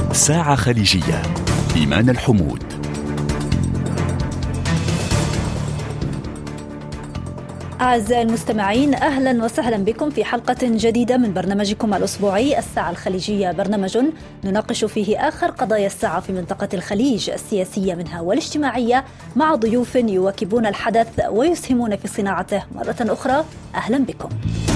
ساعة خليجية. إيمان الحمود. أعزائي المستمعين، أهلا وسهلا بكم في حلقة جديدة من برنامجكم الأسبوعي الساعة الخليجية، برنامج نناقش فيه آخر قضايا الساعة في منطقة الخليج السياسية منها والاجتماعية، مع ضيوف يواكبون الحدث ويسهمون في صناعته. مرة أخرى أهلا بكم.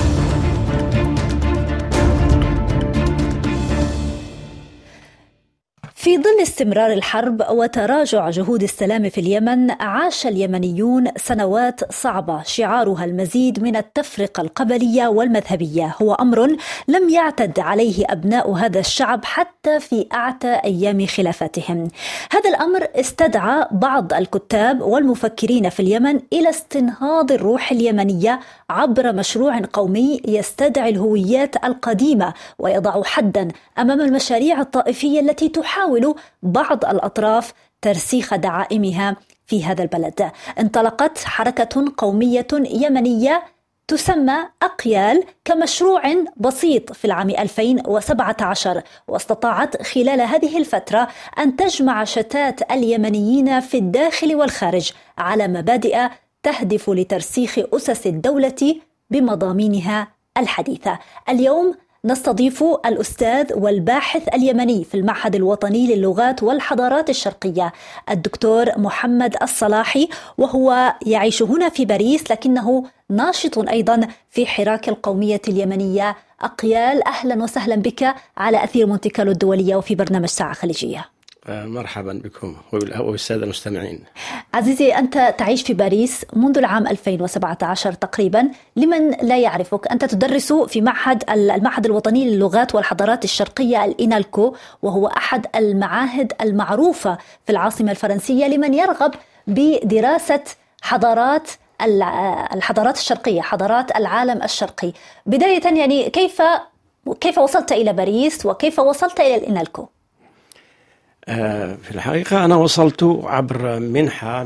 في ظل استمرار الحرب وتراجع جهود السلام في اليمن، عاش اليمنيون سنوات صعبة شعارها المزيد من التفرقة القبلية والمذهبية. هو أمر لم يعتد عليه أبناء هذا الشعب حتى في أعتى أيام خلافتهم. هذا الأمر استدعى بعض الكتاب والمفكرين في اليمن إلى استنهاض الروح اليمنية عبر مشروع قومي يستدعي الهويات القديمة ويضع حدا أمام المشاريع الطائفية التي تحاول بعض الأطراف ترسيخ دعائمها في هذا البلد. انطلقت حركة قومية يمنية تسمى أقيال كمشروع بسيط في العام 2017، واستطاعت خلال هذه الفترة أن تجمع شتات اليمنيين في الداخل والخارج على مبادئ تهدف لترسيخ أسس الدولة بمضامينها الحديثة. اليوم نستضيف الأستاذ والباحث اليمني في المعهد الوطني للغات والحضارات الشرقية الدكتور محمد الصلاحي، وهو يعيش هنا في باريس لكنه ناشط أيضا في حراك القومية اليمنية أقيال. أهلا وسهلا بك على أثير مونتي كارلو الدولية وفي برنامج ساعة خليجية. مرحبا بكم والسادة المستمعين. عزيزي، أنت تعيش في باريس منذ العام 2017 تقريبا. لمن لا يعرفك، أنت تدرس في المعهد الوطني للغات والحضارات الشرقية الإنالكو، وهو أحد المعاهد المعروفة في العاصمة الفرنسية لمن يرغب بدراسة الحضارات الشرقية، حضارات العالم الشرقي. بداية يعني كيف وصلت إلى باريس وكيف وصلت إلى الإنالكو؟ في الحقيقة أنا وصلت عبر منحة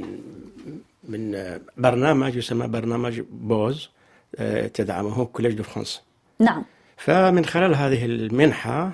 من برنامج يسمى برنامج بوز تدعمه كوليج دو فرانس. نعم. فمن خلال هذه المنحة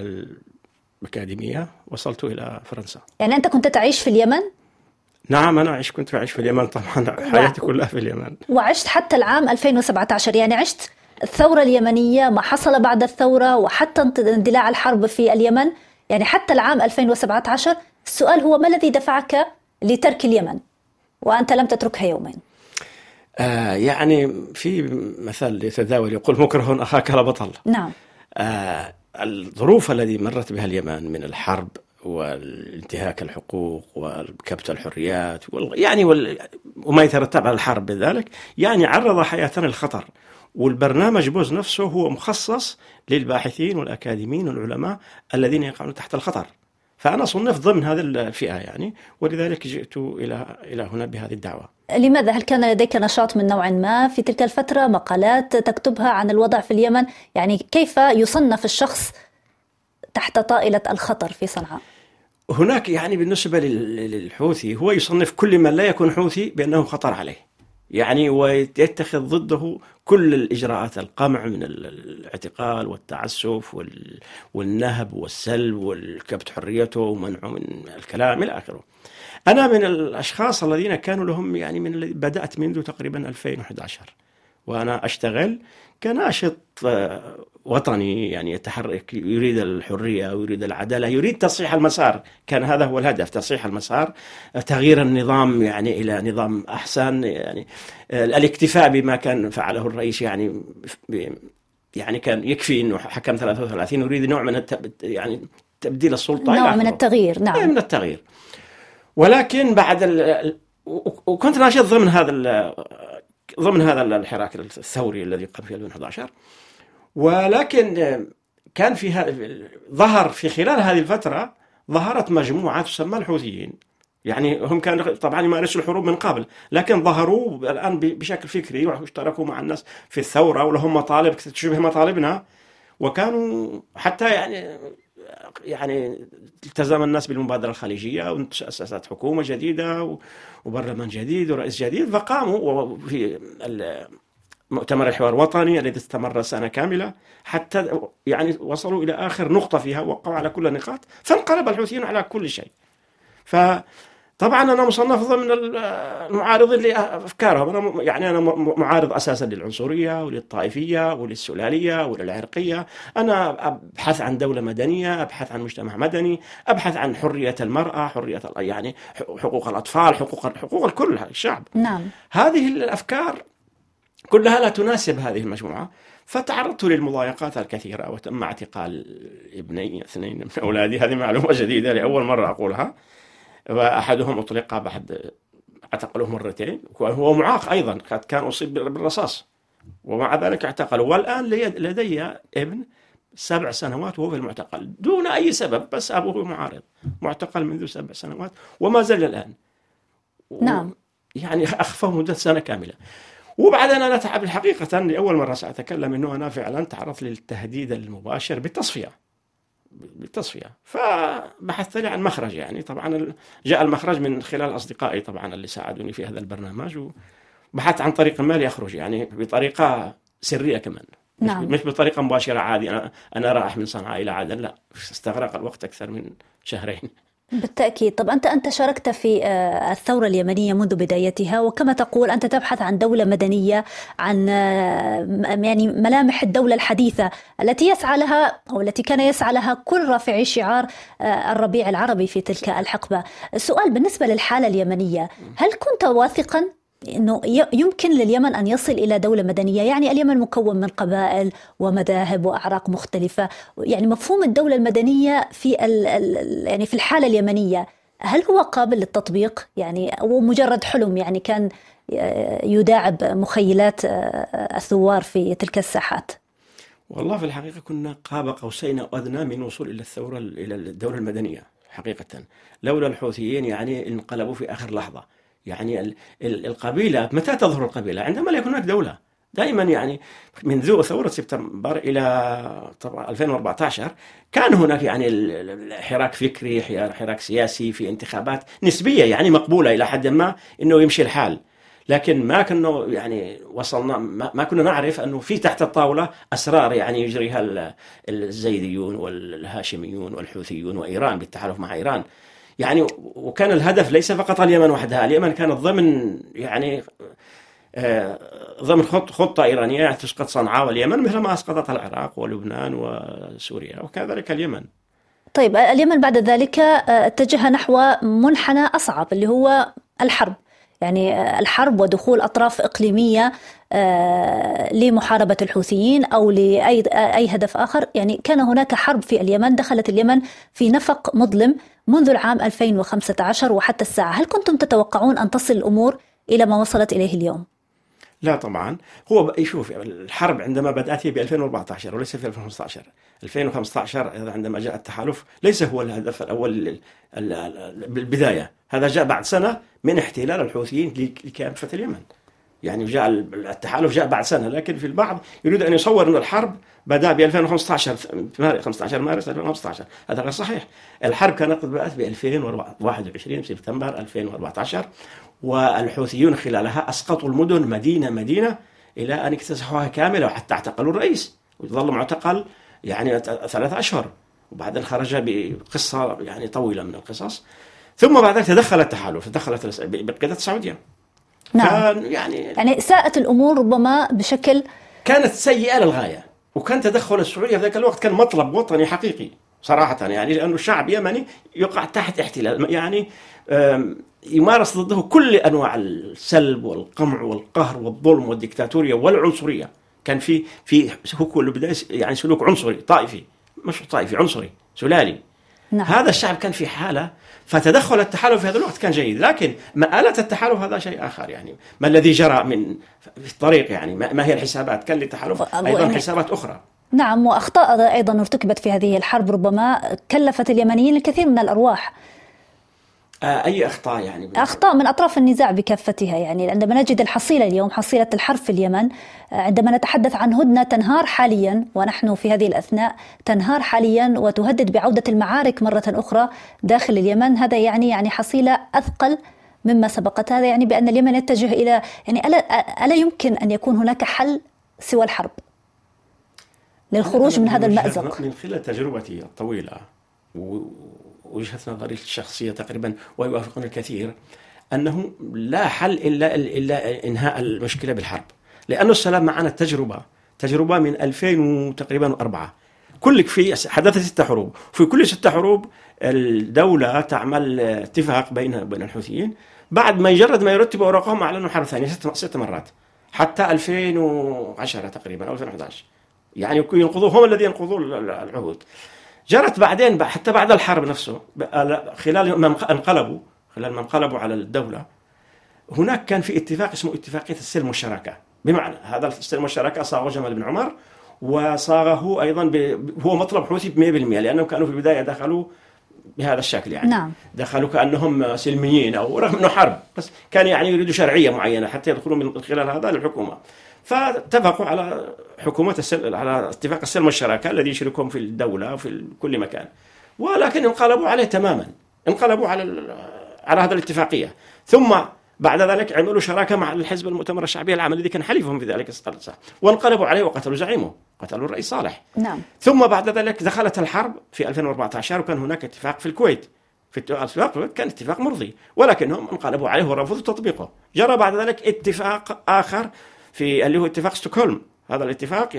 الأكاديمية وصلت إلى فرنسا. يعني أنت كنت تعيش في اليمن؟ نعم، أنا كنت أعيش في اليمن طبعا، حياتي كلها في اليمن، وعشت حتى العام 2017. يعني عشت الثورة اليمنية، ما حصل بعد الثورة، وحتى اندلاع الحرب في اليمن، يعني حتى العام 2017. السؤال هو: ما الذي دفعك لترك اليمن وأنت لم تتركها يومين؟ يعني في مثل يتداول يقول: مكره أخاك لا بطل. نعم. الظروف التي مرت بها اليمن من الحرب والانتهاك الحقوق وكبت الحريات وما يترتب على الحرب بذلك، يعني عرض حياتنا للخطر. والبرنامج بوز نفسه هو مخصص للباحثين والأكاديميين والعلماء الذين يقعون تحت الخطر، فأنا صنفت ضمن هذه الفئة يعني، ولذلك جئت إلى هنا بهذه الدعوة. لماذا؟ هل كان لديك نشاط من نوع ما في تلك الفترة، مقالات تكتبها عن الوضع في اليمن؟ يعني كيف يصنف الشخص تحت طائلة الخطر في صنعاء؟ هناك يعني بالنسبة للحوثي هو يصنف كل من لا يكون حوثي بأنه خطر عليه، يعني ويتخذ ضده كل الإجراءات، القمع من الاعتقال والتعسف والنهب والسلب والكبت حريته ومنعه من الكلام إلى آخره. أنا من الأشخاص الذين كانوا لهم يعني بدأت منذ تقريبا 2011 وأنا أشتغل كناشط وطني، يعني يتحرك، يريد الحرية ويريد العدالة، يريد تصحيح المسار. كان هذا هو الهدف، تصحيح المسار، تغيير النظام يعني إلى نظام أحسن، يعني الاكتفاء بما كان فعله الرئيس. يعني كان يكفي أنه حكم 33، يريد نوع من يعني تبديل السلطة، نوع من التغيير. نعم، من التغيير. ولكن بعد وكنت ناشط ضمن هذا الحراك الثوري الذي قام في 2011. ولكن كان ظهر في خلال هذه الفترة ظهرت مجموعة تسمى الحوثيين. يعني هم كانوا طبعا يمارسوا الحروب من قبل، لكن ظهروا الآن بشكل فكري واشتركوا مع الناس في الثورة، ولهم مطالب تشبه مطالبنا، وكانوا حتى يعني التزم الناس بالمبادرة الخليجية وتأسست حكومة جديدة وبرلمان جديد ورئيس جديد، فقاموا في مؤتمر الحوار الوطني الذي استمر سنة كاملة حتى يعني وصلوا إلى آخر نقطة فيها، وقعوا على كل النقاط، فانقلب الحوثيون على كل شيء. فطبعا أنا مصنف ضمن المعارضين لأفكارهم. أنا معارض أساسا للعنصرية وللطائفية وللسلالية وللعرقية. أنا أبحث عن دولة مدنية، أبحث عن مجتمع مدني، أبحث عن حرية المرأة، حرية يعني حقوق الأطفال، حقوق الكل الشعب. نعم. هذه الأفكار كلها لا تناسب هذه المجموعة، فتعرضت للمضايقات الكثيرة وتم اعتقال ابني 2 من أولادي. هذه معلومة جديدة لأول مرة أقولها. وأحدهم أطلق بعد اعتقلوه 2 مرات، وهو معاق أيضا، كان أصيب بالرصاص ومع ذلك اعتقلوا. والآن لدي ابن 7 سنوات وهو في المعتقل دون أي سبب، بس أبوه معارض، معتقل منذ 7 سنوات وما زال الآن. نعم. يعني أخفاه مدة سنة كاملة. وبعدين أنا أتعب الحقيقة لأول مرة سأتكلم أنه أنا فعلا تعرضت للتهديد المباشر بالتصفية، فبحثت لي عن مخرج. يعني طبعا جاء المخرج من خلال أصدقائي طبعا اللي ساعدوني في هذا البرنامج، وبحثت عن طريق ما ليخرج يعني بطريقة سرية كمان. نعم. مش بطريقة مباشرة عادي. أنا رايح من صنعاء إلى عدن، لا، استغرق الوقت أكثر من 2 شهر. بالتأكيد. طب أنت شاركت في الثورة اليمنية منذ بدايتها، وكما تقول أنت تبحث عن دولة مدنية، عن يعني ملامح الدولة الحديثة التي يسعى لها أو التي كان يسعى لها كل رافعي شعار الربيع العربي في تلك الحقبة. السؤال بالنسبة للحالة اليمنية، هل كنت واثقا أنه يمكن لليمن أن يصل إلى دولة مدنية؟ يعني اليمن مكون من قبائل ومذاهب وأعراق مختلفة، يعني مفهوم الدولة المدنية يعني في الحالة اليمنية هل هو قابل للتطبيق؟ يعني أو مجرد حلم يعني كان يداعب مخيلات الثوار في تلك الساحات؟ والله في الحقيقة كنا قاب قوسين أو أدنى من وصول إلى الثورة إلى الدولة المدنية حقيقة، لولا الحوثيين يعني انقلبوا في آخر لحظة. يعني القبيلة متى تظهر القبيلة؟ عندما لا يكون هناك دولة. دائما يعني منذ ثورة سبتمبر إلى طبعا 2014 كان هناك يعني حراك فكري، حراك سياسي في انتخابات نسبية يعني مقبولة إلى حد ما إنه يمشي الحال، لكن ما كنا يعني وصلنا، ما كنا نعرف أنه في تحت الطاولة أسرار يعني يجريها الزيديون والهاشميون والحوثيون وإيران بالتحالف مع إيران. يعني وكان الهدف ليس فقط اليمن وحدها، اليمن كانت ضمن يعني ضمن خطة إيرانية تسقط صنعاء واليمن مثل ما أسقطت العراق ولبنان وسوريا وكذلك اليمن. طيب اليمن بعد ذلك اتجه نحو منحنى أصعب اللي هو الحرب، يعني الحرب ودخول أطراف إقليمية لمحاربة الحوثيين أو لأي هدف آخر. يعني كان هناك حرب في اليمن، دخلت اليمن في نفق مظلم منذ العام 2015 وحتى الساعة. هل كنتم تتوقعون أن تصل الأمور إلى ما وصلت إليه اليوم؟ لا طبعا. هو يشوف الحرب عندما بدأت هي ب 2014 وليس في 2015. 2015 عندما جاء التحالف ليس هو الهدف الأول بالبداية، هذا جاء بعد سنة من احتلال الحوثيين لكافة اليمن. يعني جاء التحالف جاء بعد سنة، لكن في البعض يريد أن يصور أن الحرب بدأ ب 2015 15 مارس 2015. هذا غير صحيح. الحرب كانت بدأت ب 2021 سبتمبر 2014، والحوثيون خلالها أسقطوا المدن مدينة إلى أن اكتسحوها كاملة وحتى اعتقلوا الرئيس وظل معتقل يعني 3 أشهر، وبعدين خرج بقصة يعني طويلة من القصص. ثم بعد ذلك تدخل التحالف، دخلت بقيادة السعودية. نعم. يعني ساءت الأمور ربما بشكل كانت سيئة للغاية، وكان تدخل السعودية في ذلك الوقت كان مطلب وطني حقيقي صراحة، يعني لأنه الشعب اليمني يقع تحت احتلال، يعني يمارس ضده كل أنواع السلب والقمع والقهر والظلم والديكتاتورية والعنصرية. كان في هو البداية يعني سلوك عنصري طائفي، مش طائفي، عنصري سلالي. نعم. هذا الشعب كان في حالة، فتدخل التحالف في هذا الوقت كان جيد، لكن مآلة التحالف هذا شيء آخر. يعني ما الذي جرى في الطريق؟ يعني ما هي الحسابات؟ كان للتحالف أيضا حسابات أخرى. نعم، وأخطاء أيضا ارتكبت في هذه الحرب ربما كلفت اليمنيين الكثير من الأرواح. أي أخطاء؟ يعني أخطاء من أطراف النزاع بكافتها. يعني عندما نجد الحصيلة اليوم، حصيلة الحرب في اليمن، عندما نتحدث عن هدنة تنهار حاليا ونحن في هذه الأثناء تنهار حاليا وتهدد بعودة المعارك مرة أخرى داخل اليمن، هذا يعني حصيلة أثقل مما سبقت هذا يعني بأن اليمن يتجه إلى يعني ألا يمكن أن يكون هناك حل سوى الحرب للخروج من هذا المأزق؟ من خلال تجربتي الطويلة ووجهة نظري الشخصية تقريبا ويوافقني الكثير أنه لا حل إلا إنهاء المشكلة بالحرب، لأن السلام معنا تجربة من 2000 تقريبا 4 في حدثت 6 حروب، في كل 6 حروب الدولة تعمل اتفاق بين الحوثيين، بعد ما يجرد ما يرتب أوراقهم أعلنوا حرب ثانية 6 مرات حتى 2010 تقريبا أو 2011، يعني هم الذين ينقضوا العهود. جرت بعدين حتى بعد الحرب نفسه خلال ما انقلبوا على الدولة، هناك كان في اتفاق اسمه اتفاقية السلم والشراكة، بمعنى هذا السلم والشراكة صاغه جمال بن عمر وصاغه أيضا هو مطلب حوثي 100%، لأنهم كانوا في البداية دخلوا بهذا الشكل، يعني نعم. دخلوا كأنهم سلميين أو رغم أنه حرب، بس كان يعني يريدوا شرعية معينة حتى يدخلوا من خلال هذا للحكومة. فاتفقوا على على اتفاق السلم والشراكة الذي يشركهم في الدولة وفي كل مكان، ولكن انقلبوا عليه تماما، انقلبوا على هذا الاتفاقية. ثم بعد ذلك عملوا شراكة مع الحزب المؤتمر الشعبي العام الذي كان حليفهم في ذلك الصح، وانقلبوا عليه وقتلوا زعيمه، قتلوا الرئيس صالح. نعم. ثم بعد ذلك دخلت الحرب في 2014 وكان هناك اتفاق في الكويت، كان اتفاق مرضي، ولكنهم انقلبوا عليه ورفضوا تطبيقه. جرى بعد ذلك اتفاق آخر اللي هو اتفاق ستوكهولم. هذا الاتفاق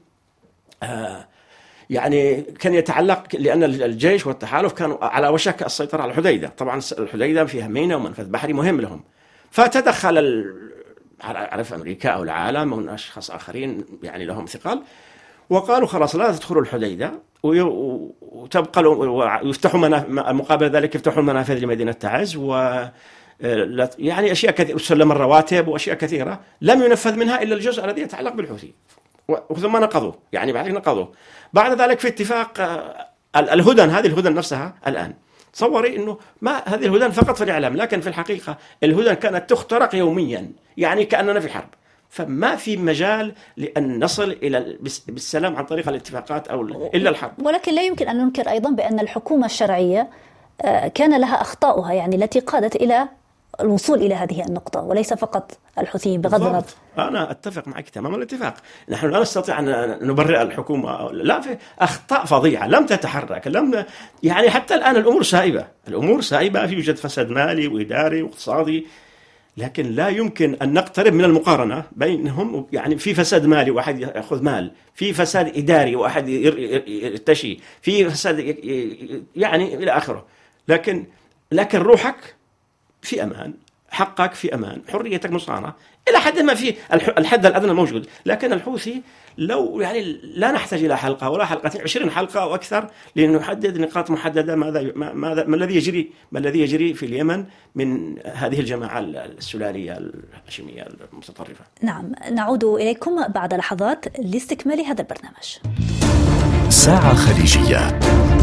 يعني كان يتعلق لأن الجيش والتحالف كانوا على وشك السيطرة على الحديدة. طبعا الحديدة فيها ميناء ومنفذ بحري مهم لهم، فتدخل عرف أمريكا أو العالم أو أشخاص آخرين يعني لهم ثقل، وقالوا خلاص لا تدخلوا الحديدة وتبقى ويفتحوا مقابل ذلك يفتحوا المنافذ لمدينة تعز يعني أشياء كثيرة، وسلم الرواتب وأشياء كثيرة لم ينفذ منها إلا الجزء الذي يتعلق بالحوثي، وثم نقضوا يعني بعد نقضوا. بعد ذلك في اتفاق هذه الهدن نفسها الآن تصوري أنه ما هذه الهدن فقط في الإعلام، لكن في الحقيقة الهدن كانت تخترق يوميا، يعني كأننا في حرب. فما في مجال لأن نصل إلى بالسلام عن طريق الاتفاقات أو إلا الحرب. ولكن لا يمكن أن ننكر أيضا بأن الحكومة الشرعية كان لها أخطاؤها، يعني التي قادت إلى الوصول إلى هذه النقطة، وليس فقط الحوثيين بغض النظر. أنا أتفق معك تماما الاتفاق. نحن لا نستطيع أن نبرئ الحكومة، لا، في أخطاء فظيعة لم تتحرك، يعني حتى الآن الأمور سائبة، في يوجد فساد مالي وإداري واقتصادي، لكن لا يمكن أن نقترب من المقارنة بينهم. يعني في فساد مالي واحد يأخذ مال، في فساد إداري واحد يرتشي، في فساد يعني إلى آخره، لكن روحك في أمان، حقك في أمان، حريتك مصانة إلى حد ما، في الحد الأدنى موجود. لكن الحوثي لو يعني لا نحتاج إلى حلقة ولا حلقتين، 20 حلقة أو أكثر لنحدد نقاط محددة ما الذي يجري في اليمن من هذه الجماعة السلالية الهاشمية المتطرفة. نعم، نعود إليكم بعد لحظات لاستكمال هذا البرنامج. ساعة خليجية.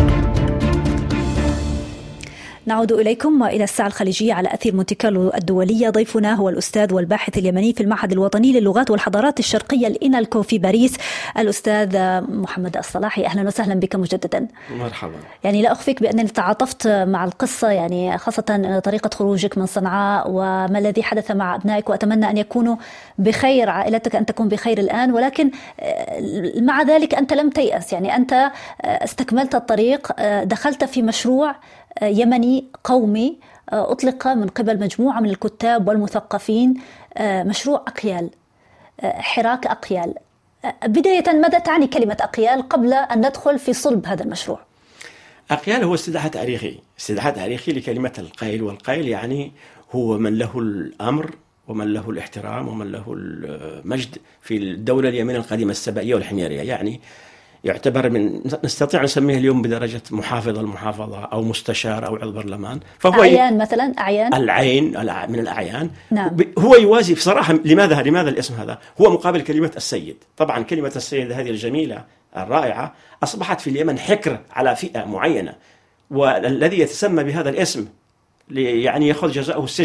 نعود إليكم إلى الساعة الخليجية على أثير مونتي كارلو الدولية. ضيفنا هو الأستاذ والباحث اليمني في المعهد الوطني للغات والحضارات الشرقية الإنالكو في باريس، الأستاذ محمد الصلاحي. أهلا وسهلا بك مجددا. مرحبا. يعني لا أخفيك بأنني تعاطفت مع القصة، يعني خاصة طريقة خروجك من صنعاء وما الذي حدث مع أبنائك، وأتمنى أن يكونوا بخير، عائلتك أن تكون بخير الآن. ولكن مع ذلك أنت لم تيأس، يعني أنت استكملت الطريق، دخلت في مشروع يمني قومي أطلق من قبل مجموعة من الكتاب والمثقفين، مشروع أقيال، حراك أقيال. بداية ماذا تعني كلمة أقيال قبل أن ندخل في صلب هذا المشروع؟ أقيال هو استدعاء تاريخي لكلمة القيل، والقيل يعني هو من له الأمر ومن له الاحترام ومن له المجد في الدولة اليمنية القديمة السبائية والحميرية، يعني يعتبر نستطيع نسميه اليوم بدرجة محافظ المحافظة أو مستشار أو عضو برلمان. فهو أعيان مثلا، العين من الأعيان. نعم. هو يوازي بصراحة. لماذا الاسم هذا؟ هو مقابل كلمة السيد. طبعا كلمة السيد هذه الجميلة الرائعة أصبحت في اليمن حكر على فئة معينة، والذي يتسمى بهذا الاسم يعني يأخذ جزاؤه السجن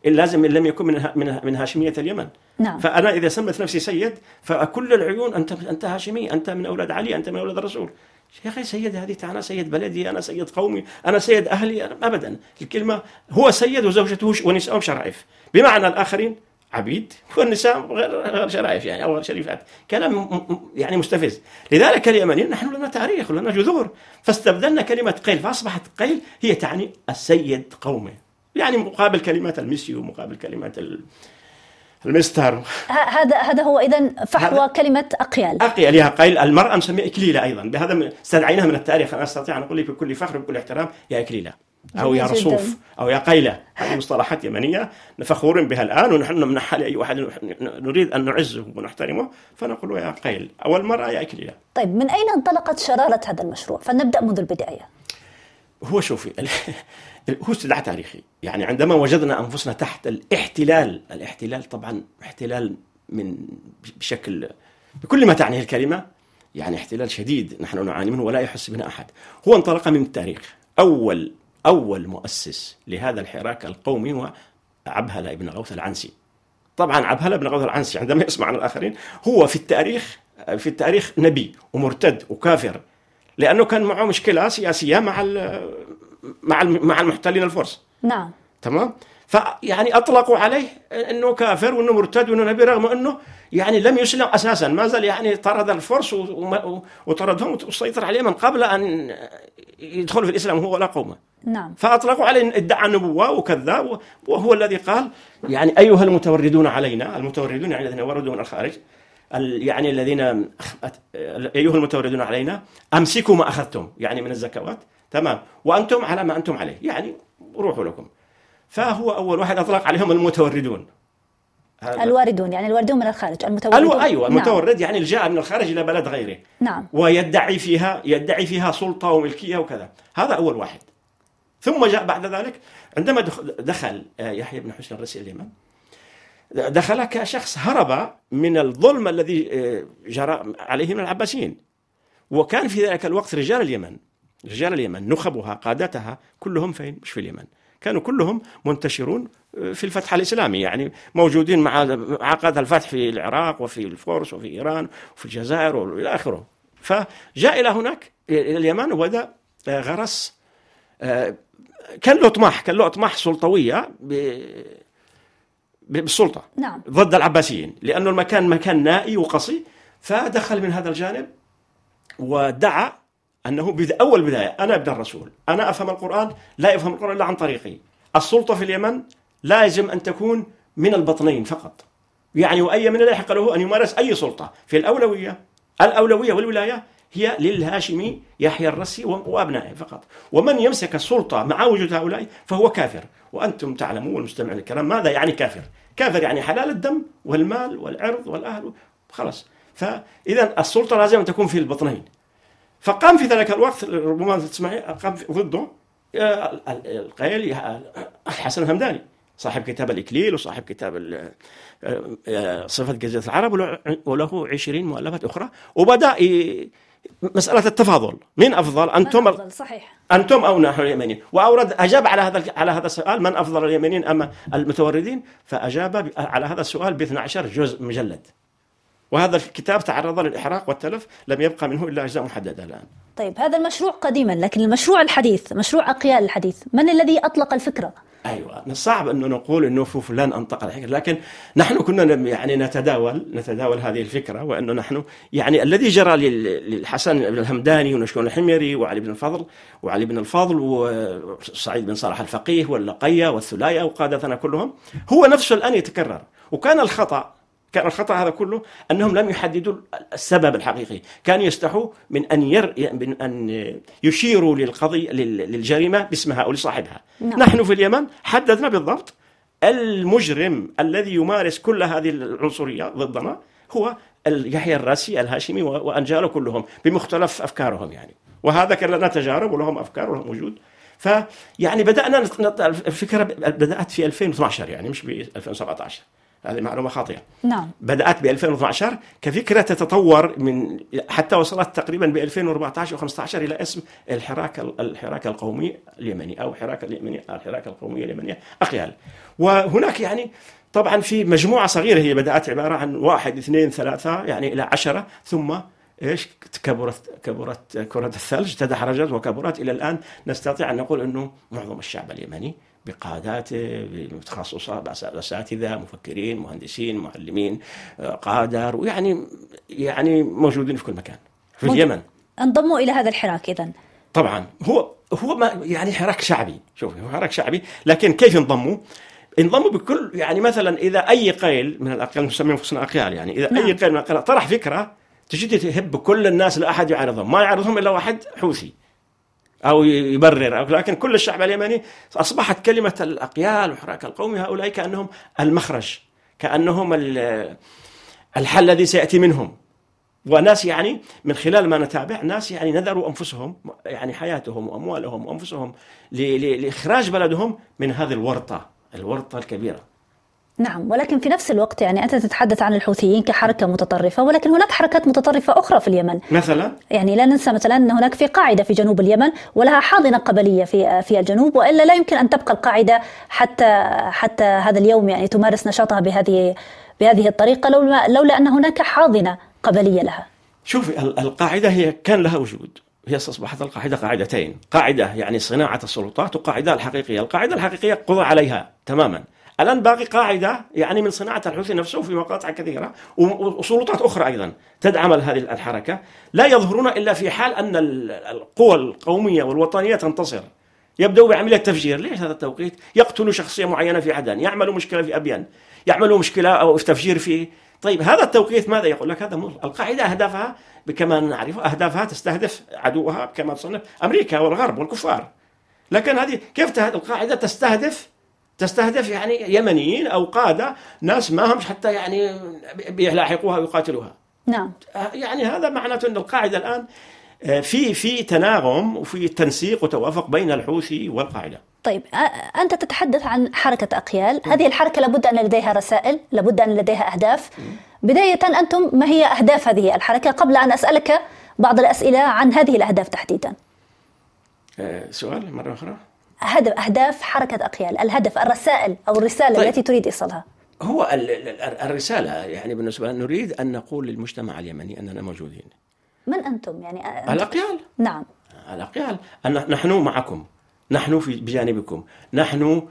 لازم إن لم يكن من هاشمية اليمن. نعم. فأنا إذا سمت نفسي سيد فكل العيون أنت هاشمي، أنت من أولاد علي، أنت من أولاد الرسول. يا أخي سيد هذه، أنا سيد بلدي، أنا سيد قومي، أنا سيد أهلي. أبدا، الكلمة هو سيد وزوجته ونساء شرائف، بمعنى الآخرين عبيد والنساء غير شرائف يعني أو غير شريفات. كلام يعني مستفز. لذلك اليمنيين نحن لنا تاريخ ولنا جذور، فاستبدلنا كلمة قيل، فأصبحت قيل هي تعني السيد قومه، يعني مقابل كلمات المسيو، مقابل كلمات المستر. هذا هو إذن فحوى كلمة أقيال. أقيال يا قيل. المرأة نسميها إكليلة أيضا، بهذا استدعيناها من التاريخ. أنا أستطيع أن أقول لك بكل فخر وبكل احترام يا إكليلة أو يا رصوف أو يا قيلة. هذه مصطلحات يمنية فخورين بها الآن، ونحن نمنحها لأي واحد نريد أن نعزه ونحترمه فنقول يا قيل، أو المرأة يا إكليلة. طيب، من أين انطلقت شرارة هذا المشروع؟ فنبدأ منذ البداية. هو شوفي هو استدعاء تاريخي. يعني عندما وجدنا أنفسنا تحت الاحتلال طبعا احتلال بشكل بكل ما تعنيه الكلمة، يعني احتلال شديد نحن نعاني منه ولا يحس بنا أحد. هو انطلق من التاريخ. أول مؤسس لهذا الحراك القومي هو عبهلة بن غوث العنسي. طبعا عبهلة بن غوث العنسي عندما يسمع عن الآخرين هو في التاريخ نبي ومرتد وكافر، لأنه كان معه مشكلة سياسية مع المحتلين الفرس. نعم. تمام. فيعني أطلقوا عليه أنه كافر وأنه مرتد وأنه نبي، رغم أنه يعني لم يسلم أساسا، ما زال يعني طرد الفرس وطردهم وسيطر عليه من قبل أن يدخل في الإسلام هو ولا قومه. نعم. فأطلقوا عليه ادعى النبوة وكذاب، وهو الذي قال يعني أيها المتوردون علينا، المتوردون يعني الذين وردوا من الخارج، يعني الذين أيها المتوردون علينا أمسكوا ما أخذتم، يعني من الزكوات، تمام، وأنتم على ما أنتم عليه، يعني روحوا لكم. فهو أول واحد أطلق عليهم المتوردون. الواردون يعني الواردون من الخارج، المتوردون. أيوة، المتورد يعني الجاء من الخارج إلى بلد غيره. نعم. ويدعي فيها سلطة وملكية وكذا. هذا أول واحد. ثم جاء بعد ذلك عندما دخل يحيى بن حسين الرسي اليمن، دخل كشخص هرب من الظلم الذي جرى عليه من العباسيين. وكان في ذلك الوقت رجال اليمن نخبها قادتها كلهم فين؟ مش في اليمن، كانوا كلهم منتشرون في الفتح الإسلامي، يعني موجودين مع قادة الفتح في العراق وفي الفرس وفي إيران وفي الجزائر وإلى آخره. فجاء إلى هناك إلى اليمن وبدأ غرس، كان له أطماح سلطوية بالسلطة. نعم. ضد العباسيين، لأنه المكان مكان نائي وقصي، فدخل من هذا الجانب ودعا أنه أول بداية أنا ابن الرسول، أنا أفهم القرآن، لا يفهم القرآن إلا عن طريقي. السلطة في اليمن لازم أن تكون من البطنين فقط، يعني وأي من لا يحق له أن يمارس أي سلطة. في الأولوية والولاية هي للهاشمي يحيى الرسي وأبنائه فقط، ومن يمسك السلطة مع وجود هؤلاء فهو كافر. وأنتم تعلمون المستمعين الكرام ماذا يعني كافر؟ كافر يعني حلال الدم والمال والعرض والأهل، خلاص. فإذا السلطة لازم أن تكون في البطنين. فقام في ذلك الوقت، ربما تسمعي، قام ضده القيل حسن الهمداني، صاحب كتاب الإكليل وصاحب كتاب صفة جزيرة العرب، وله 20 مؤلفات أخرى. وبدأ مسألة التفاضل، من أفضل، أنتم صحيح، أنتم أو نحن اليمنيين. أجاب على هذا السؤال، من أفضل اليمنيين أم المتوردين؟ فأجاب على هذا السؤال ب12 جزء مجلد. وهذا الكتاب تعرض للإحراق والتلف، لم يبقى منه إلا أجزاء محددة الآن. طيب، هذا المشروع قديما، لكن المشروع الحديث، مشروع أقيال الحديث، من الذي أطلق الفكرة؟ أيوة، صعب أنه نقول أنه فلان أنطق الفكرة، لكن نحن كنا يعني نتداول هذه الفكرة، وأنه نحن يعني الذي جرى للحسن بن الهمداني ونشكون الحميري وعلي بن الفضل وسعيد بن صالح الفقيه واللقية والثلاية وقادتنا كلهم هو نفسه الآن يتكرر. وكان الخطأ هذا كله أنهم لم يحددوا السبب الحقيقي، كانوا يستحوا من أن يشيروا للجريمة باسمها أو لصاحبها. نعم. نحن في اليمن حددنا بالضبط المجرم الذي يمارس كل هذه العنصرية ضدنا هو يحيى الراسي الهاشمي وأنجاله كلهم بمختلف أفكارهم يعني. وهذا كان لنا تجارب ولهم أفكار ولهم وجود. فيعني بدأنا الفكرة بدأت في 2012 يعني مش ب 2017. هذه معلومة خاطئة. نعم. بدأت ب 2012 كفكرة تتطور من حتى وصلت تقريبا ب 2014 و15 إلى اسم الحراك القومي اليمني أو الحراك القومية اليمنية أقيال. وهناك يعني طبعا في مجموعة صغيرة هي بدأت عبارة عن 1 2 3 يعني إلى 10 ثم إيش كبرت كرة الثلج تدحرجت وكبرت إلى الآن نستطيع أن نقول أنه معظم الشعب اليمني بقاداته بتخصصات أساتذة مفكرين مهندسين معلمين قادة يعني موجودين في كل مكان في اليمن. انضموا إلى هذا الحراك إذن. طبعا هو ما يعني حراك شعبي. شوف هو حراك شعبي لكن كيف انضموا بكل يعني مثلا إذا أي قيل من الأقيال نسميهم أنفسنا أقيال يعني إذا أي قيل من الأقيال طرح فكرة تجد تهب كل الناس لا أحد يعارضهم ما يعارضهم إلا واحد حوثي أو يبرر لكن كل الشعب اليمني أصبحت كلمة الأقيال والحراك القومي هؤلاء كأنهم المخرج كأنهم الحل الذي سيأتي منهم. وناس يعني من خلال ما نتابع ناس يعني نذروا أنفسهم يعني حياتهم وأموالهم وأنفسهم لإخراج بلدهم من هذه الورطة الكبيرة. نعم. ولكن في نفس الوقت يعني أنت تتحدث عن الحوثيين كحركة متطرفة ولكن هناك حركات متطرفة أخرى في اليمن مثلا يعني لا ننسى مثلا أن هناك في قاعدة في جنوب اليمن ولها حاضنة قبلية في الجنوب وإلا لا يمكن أن تبقى القاعدة حتى هذا اليوم يعني تمارس نشاطها بهذه الطريقة لولا أن هناك حاضنة قبلية لها. شوفي القاعدة هي كان لها وجود هي أصبحت القاعدة قاعدتين قاعدة يعني صناعة السلطات وقاعدة الحقيقية. القاعدة الحقيقية قضى عليها تماما. الآن باقي قاعدة يعني من صناعة الحوثي نفسه في مقاطع كثيرة وسلطات أخرى أيضا تدعم هذه الحركة لا يظهرون إلا في حال أن القوى القومية والوطنية تنتصر. يبدأوا بعملية تفجير. ليش هذا التوقيت؟ يقتلوا شخصية معينة في عدن يعملوا مشكلة في أبيان يعملوا مشكلة أو تفجير في طيب هذا التوقيت ماذا يقول لك؟ هذا القاعدة أهدافها كما نعرف أهدافها تستهدف عدوها كما تصنف أمريكا والغرب والكفار. لكن هذه كيف القاعدة تستهدف يعني يمنيين أو قادة ناس ما همش حتى يعني بيلاحقوها ويقاتلوها. نعم. يعني هذا معناته أن القاعدة الآن في تناغم وفي تنسيق وتوافق بين الحوثي والقاعدة. طيب أنت تتحدث عن حركة أقيال. هذه الحركة لابد أن لديها رسائل لابد أن لديها أهداف. بداية أنتم ما هي أهداف هذه الحركة قبل أن أسألك بعض الأسئلة عن هذه الأهداف تحديدا؟ سؤال مرة أخرى. أهداف حركة أقيال الهدف الرسائل أو الرسالة طيب. التي تريد إيصالها. هو الرسالة يعني بالنسبة لنا نريد أن نقول للمجتمع اليمني أننا موجودين. من أنتم يعني الأقيال؟ نعم الأقيال نحن معكم نحن بجانبكم نحن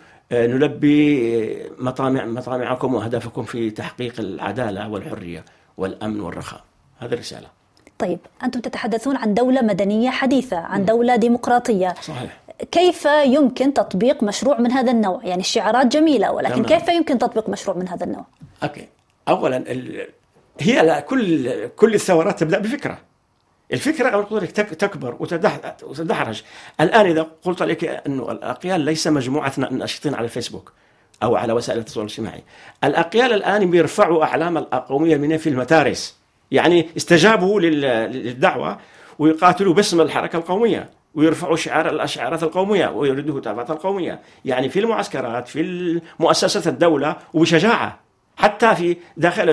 نلبي مطامعكم وأهدافكم في تحقيق العدالة والحرية والأمن والرخاء. هذه الرسالة. طيب أنتم تتحدثون عن دولة مدنية حديثة عن دولة ديمقراطية. صحيح. كيف يمكن تطبيق مشروع من هذا النوع؟ يعني الشعارات جميلة ولكن كيف يمكن تطبيق مشروع من هذا النوع؟ أوكي. أولا هي كل الثورات تبدأ بفكرة. الفكرة تكبر وتدحرج. الآن إذا قلت لك أنه الأقيال ليس مجموعة ناشطين على الفيسبوك أو على وسائل التواصل الاجتماعي. الأقيال الآن بيرفعوا أعلام القومية اليمنية في المتارس يعني استجابوا للدعوة ويقاتلوا باسم الحركة القومية ويرفعوا الشعارات القومية ويردوا هتافات القومية يعني في المعسكرات في المؤسسات الدولة وبشجاعة حتى في داخل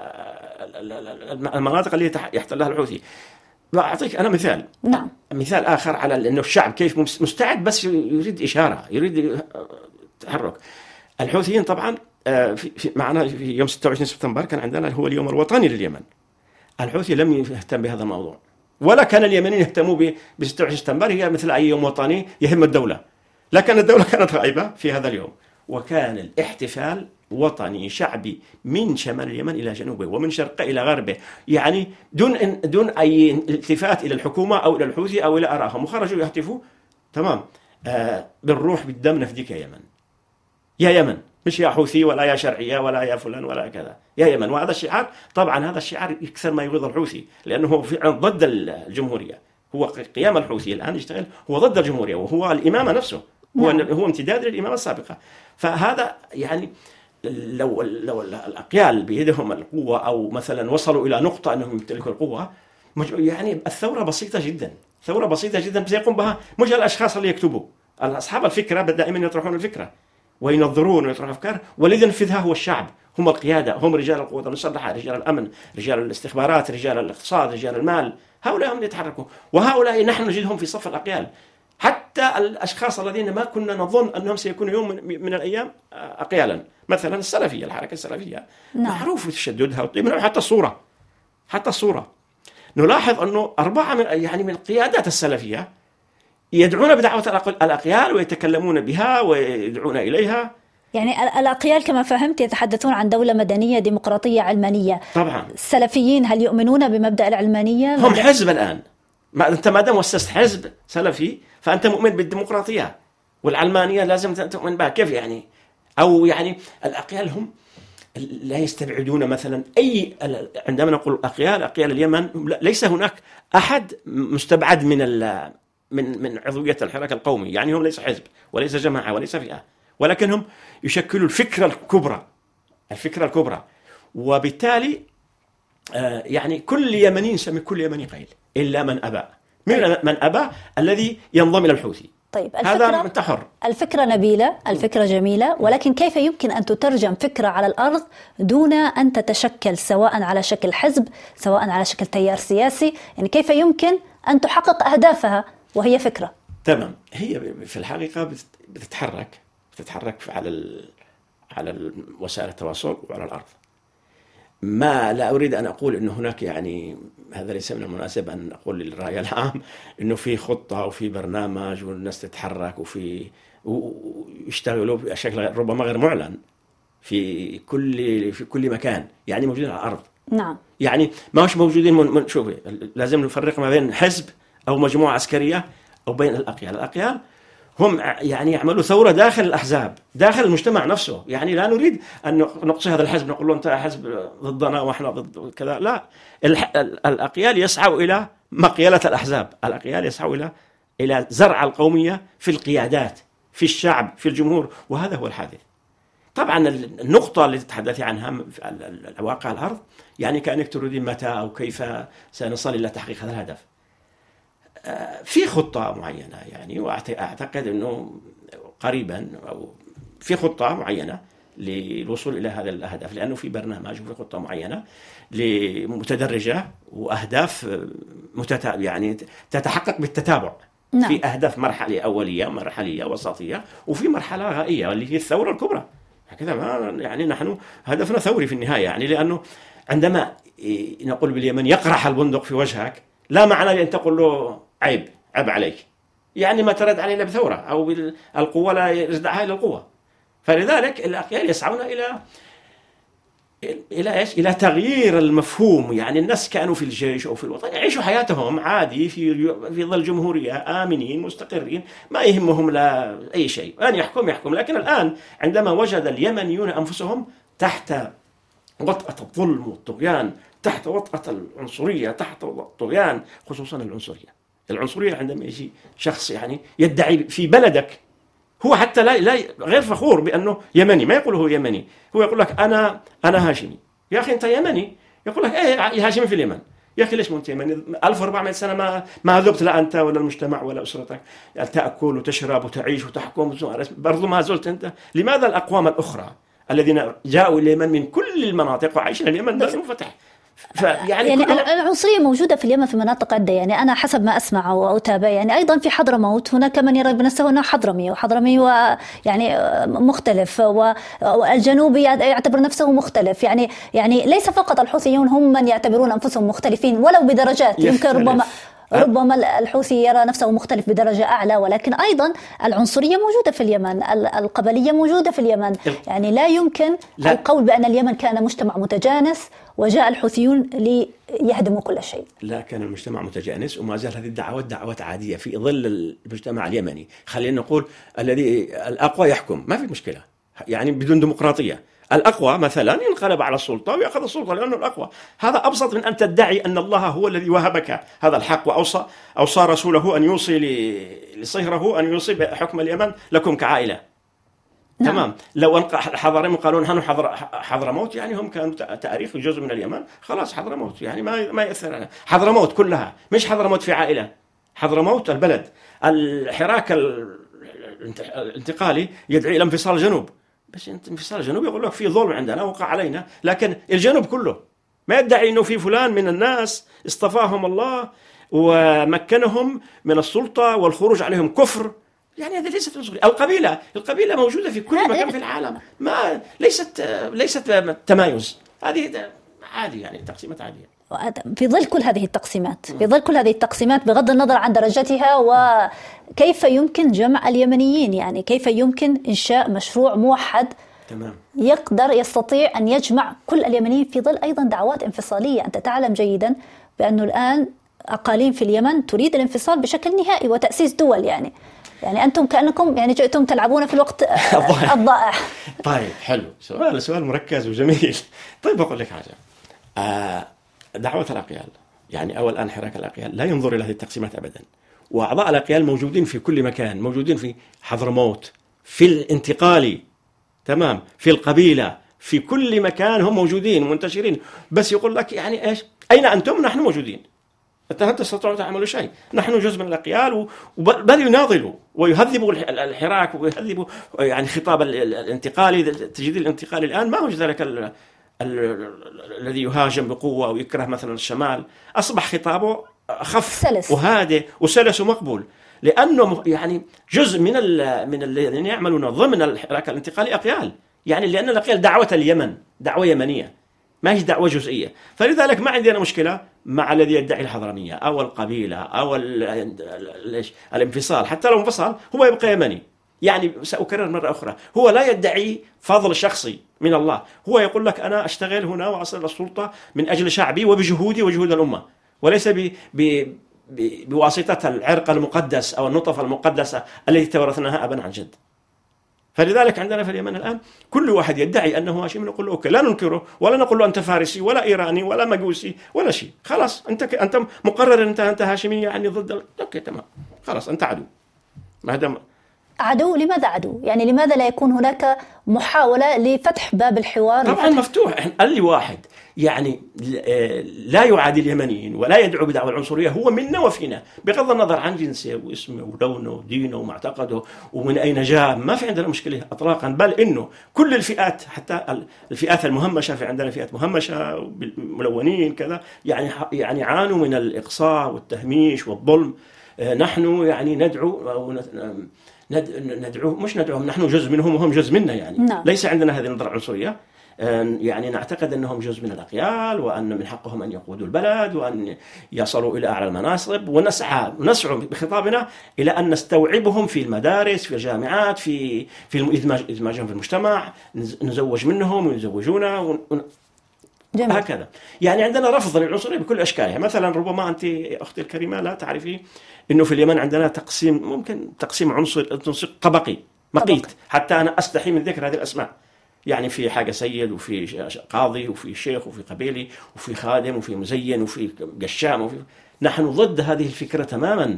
المناطق اللي يحتلها الحوثي. أعطيك أنا مثال. نعم. مثال آخر على أنه الشعب كيف مستعد بس يريد إشارة يريد تحرك. الحوثيين طبعا معنا في يوم 26 سبتمبر كان عندنا هو اليوم الوطني لليمن. الحوثي لم يهتم بهذا الموضوع ولا كان اليمنيين يهتموا ب 26 سبتمبر هي مثل أي يوم وطني يهم الدولة. لكن الدولة كانت غائبة في هذا اليوم وكان الاحتفال وطني شعبي من شمال اليمن إلى جنوبه ومن شرقه إلى غربه يعني دون أي التفات إلى الحكومة أو إلى الحوثي أو إلى آرائهم وخرجوا يهتفوا تمام بالروح بالدم نفديك يا يمن يا يمن مش يا حوثي ولا يا شرعية ولا يا فلان ولا كذا يا يمن. وهذا الشعار طبعا هذا الشعار يكثر ما يغيظ الحوثي لأنه هو فعلا ضد الجمهورية. هو قيام الحوثي الآن يشتغل هو ضد الجمهورية وهو الإمامة نفسه هو امتداد للإمامة السابقة. فهذا يعني لو الأقيال بيدهم القوة أو مثلا وصلوا إلى نقطة أنهم يمتلكوا القوة يعني الثورة بسيطة جدا سيقوم بها مش الأشخاص اللي يكتبوا. أصحاب الفكرة دائما يطرحون الفكرة وينظرون ويطرحون أفكار والذي ينفذها هو الشعب هم القيادة، هم رجال القوات المسلحة، رجال الأمن، رجال الاستخبارات، رجال الاقتصاد، رجال المال. هؤلاء هم يتحركوا، وهؤلاء نحن نجدهم في صف الأقيال. حتى الأشخاص الذين ما كنا نظن أنهم سيكونوا يوم من الأيام أقيالا، مثلا السلفية، الحركة السلفية معروف في تشددها، حتى الصورة نلاحظ أنه 4 من القيادات السلفية يدعون بدعوة الأقيال ويتكلمون بها ويدعون إليها. يعني الأقيال كما فهمت يتحدثون عن دولة مدنية ديمقراطية علمانية. طبعا السلفيين هل يؤمنون بمبدأ العلمانية؟ هم حزب الآن. أنت ما دام وسست حزب سلفي فأنت مؤمن بالديمقراطية، والعلمانية لازم تؤمن بها. كيف يعني؟ أو يعني الأقيال هم لا يستبعدون مثلا عندما نقول أقيال اليمن، ليس هناك أحد مستبعد من عضوية الحراك القومي. يعني هم ليس حزب وليس جماعة وليس فئة، ولكنهم يشكلوا الفكرة الكبرى. وبالتالي يعني كل يمني يسمي كل يمني قيل إلا من أبى. من أبى الذي ينضم إلى الحوثي. طيب هذا أنت حر. الفكرة نبيلة، الفكرة جميلة، ولكن كيف يمكن أن تترجم فكرة على الأرض دون أن تتشكل سواء على شكل حزب سواء على شكل تيار سياسي؟ يعني كيف يمكن أن تحقق أهدافها وهي فكرة؟ تمام. هي في الحقيقة بتتحرك على وسائل التواصل وعلى الأرض. لا أريد أن أقول أنه هناك، يعني هذا ليس من المناسب أن أقول للرأي العام أنه في خطة وفي برنامج والناس تتحرك ويشتغلوا بشكل ربما غير معلن في كل مكان، يعني موجودين على الأرض. نعم. يعني ما هوش موجودين شوفي، لازم نفرق ما بين حزب أو مجموعة عسكرية أو بين الأقيال هم يعني يعملوا ثورة داخل الأحزاب، داخل المجتمع نفسه. يعني لا نريد أن نقصي هذا الحزب نقول له أنت حزب ضدنا وإحنا ضد كذا، لا. الأقيال يسعوا إلى مقيلة الأحزاب، الأقيال يسعوا إلى زرع القومية في القيادات، في الشعب، في الجمهور، وهذا هو الحادث. طبعا النقطة اللي تتحدثي عنها في الواقع الأرض، يعني كأنك تريدين متى أو كيف سنصل إلى تحقيق هذا الهدف. في خطة معينة يعني، وأعتقد أنه قريبا أو في خطة معينة للوصول إلى هذا الهدف، لأنه في برنامج وفي خطة معينة متدرجة وأهداف يعني تتحقق بالتتابع. نعم. في أهداف مرحلة أولية، مرحلية، وسطية، وفي مرحلة غائية اللي هي الثورة الكبرى. هكذا يعني نحن هدفنا ثوري في النهاية، يعني لأنه عندما نقول باليمن يقرح البندق في وجهك، لا معنى أن تقول له عيب عليك، يعني ما ترد عليه بثورة أو بالقوة لا يردعها إلى القوة. فلذلك الأقيال يسعون إلى تغيير المفهوم. يعني الناس كانوا في الجيش أو في الوطن يعيشوا حياتهم عادي في ظل جمهورية، آمنين مستقرين، ما يهمهم لا أي شيء، أن يحكم. لكن الآن عندما وجد اليمنيون أنفسهم تحت وطأة الظلم والطغيان، تحت وطأة العنصرية، تحت الطغيان، خصوصا العنصرية عندما يجي شخص يعني يدعي في بلدك، هو حتى لا غير فخور بأنه يمني، ما يقول هو يمني، هو يقول لك أنا هاشمي. يا أخي أنت يمني، يقول لك إيه هاشمي في اليمن. يا أخي ليش ما أنت يمني؟ 1400 سنة ما ذقت لا أنت ولا المجتمع ولا أسرتك تأكل وتشرب وتعيش وتحكم، برضو ما زلت أنت. لماذا الأقوام الأخرى الذين جاءوا اليمن من كل المناطق وعايشين اليمن بس منفتح؟ يعني العنصرية موجودة في اليمن في مناطق عدة. يعني أنا حسب ما أسمع وأتابع، يعني أيضا في حضرموت هناك من يرى بنفسه أنه حضرمي يعني مختلف، والجنوبي يعتبر نفسه مختلف. يعني ليس فقط الحوثيون هم من يعتبرون أنفسهم مختلفين ولو بدرجات، يمكن ربما الحوثي يرى نفسه مختلف بدرجة أعلى، ولكن أيضا العنصرية موجودة في اليمن، القبلية موجودة في اليمن. يعني لا يمكن القول بأن اليمن كان مجتمع متجانس وجاء الحوثيون ليهدموا كل شيء. لا، كان المجتمع متجانس وما زال هذه دعوات عادية في ظل المجتمع اليمني. خلينا نقول الأقوى يحكم، ما في مشكلة، يعني بدون ديمقراطية. الأقوى مثلا ينقلب على السلطة ويأخذ السلطة لأنه الأقوى. هذا أبسط من أن تدعي أن الله هو الذي وهبك هذا الحق وأوصى رسوله أن يوصي لصهره أن يوصي بحكم اليمن لكم كعائلة. نعم. تمام. لو حضرموت قالوا نحن حضرموت، يعني هم كانوا تاريخ جزء من اليمن، خلاص حضرموت يعني ما يأثر عليها. حضرموت كلها، مش حضرموت في عائلة، حضرموت البلد. الحراك الانتقالي يدعي إلى انفصال الجنوب، بس أنت انفصال الجنوب يقول لك في ظلم عندنا وقع علينا، لكن الجنوب كله ما يدعي أنه في فلان من الناس اصطفاهم الله ومكنهم من السلطة والخروج عليهم كفر. يعني هذه ليست عنصرية. القبيلة موجودة في كل مكان في العالم، ما ليست تمايز، هذه عادي، يعني تقسيمات عادية. في ظل كل هذه التقسيمات بغض النظر عن درجتها، وكيف يمكن جمع اليمنيين؟ يعني كيف يمكن إنشاء مشروع موحد تمام يستطيع أن يجمع كل اليمنيين في ظل أيضا دعوات انفصالية؟ أنت تعلم جيدا بأنه الآن أقاليم في اليمن تريد الانفصال بشكل نهائي وتأسيس دول. يعني أنتم كأنكم يعني جئتم تلعبون في الوقت الضائع. طيب حلو، سؤال مركز وجميل. طيب أقول لك حاجة. دعوة الأقيال، يعني أو الآن حراك الأقيال، لا ينظر إلى هذه التقسيمات أبدا. وأعضاء الأقيال موجودين في كل مكان، موجودين في حضرموت، في الانتقالي، تمام، في القبيلة، في كل مكان هم موجودين منتشرين. بس يقول لك يعني إيش؟ أين أنتم؟ نحن موجودين. أنت تستطيعون تعملوا شيء، نحن جزء من الأقيال، بل يناضلوا ويهذبوا الحراك ويهذبوا يعني خطاب الانتقالي. تجديد الانتقالي الآن ما هو ذلك الذي يهاجم بقوة ويكره مثلا الشمال، أصبح خطابه أخف وهادئ وسلس ومقبول، لأنه يعني جزء من الذين يعملون ضمن الحراك الانتقالي أقيال. يعني لأن الأقيال دعوة اليمن دعوة يمنية، ما هي دعوة جزئية. فلذلك ما عندنا مشكلة مع الذي يدعي الحضرمية أو القبيلة أو الانفصال. حتى لو انفصل هو يبقى يمني. يعني سأكرر مرة أخرى، هو لا يدعي فضل شخصي من الله، هو يقول لك أنا أشتغل هنا وأصل السلطة من أجل شعبي وبجهودي وجهود الأمة، وليس بواسطة العرق المقدس أو النطف المقدسة التي تورثناها أبا عن جد. فلذلك عندنا في اليمن الآن كل واحد يدعي أنه هاشمي، نقول له أوكي، لا ننكره ولا نقول له أنت فارسي ولا إيراني ولا مجوسي ولا شيء. خلاص أنت مقرر أنت هاشمي، يعني ضد أوكي تمام، خلاص أنت عدو. ما دام عدو، لماذا عدو؟ يعني لماذا لا يكون هناك محاولة لفتح باب الحوار؟ طبعا مفتوح. أي واحد يعني لا يعادي اليمنيين ولا يدعو بدعوى العنصرية هو منا وفينا، بغض النظر عن جنسه واسمه ولونه ودينه ومعتقده ومن أين جاء. ما في عندنا مشكلة إطلاقا، بل إنه كل الفئات، حتى الفئات المهمشة، في عندنا فئات مهمشة ملونين كذا، يعني عانوا من الإقصاء والتهميش والظلم. نحن يعني ندعوهم، نحن جزء منهم وهم جزء منا. يعني ليس عندنا هذه النظرة العنصرية. يعني نعتقد أنهم جزء من الأقيال، وأن من حقهم أن يقودوا البلد وأن يصلوا إلى أعلى المناصب، ونسعى بخطابنا إلى أن نستوعبهم في المدارس، في الجامعات، في إدماجهم في المجتمع، نزوج منهم ويزوجونا هكذا. يعني عندنا رفض للعنصرية بكل أشكالها. مثلا ربما أنت أختي الكريمة لا تعرفي إنه في اليمن عندنا ممكن تقسيم عنصري طبقي مقيت، حتى أنا أستحي من ذكر هذه الأسماء. يعني في حاجة سيد، وفي قاضي، وفي شيخ، وفي قبيلي، وفي خادم، وفي مزين، وفي قشام، نحن ضد هذه الفكرة تماما،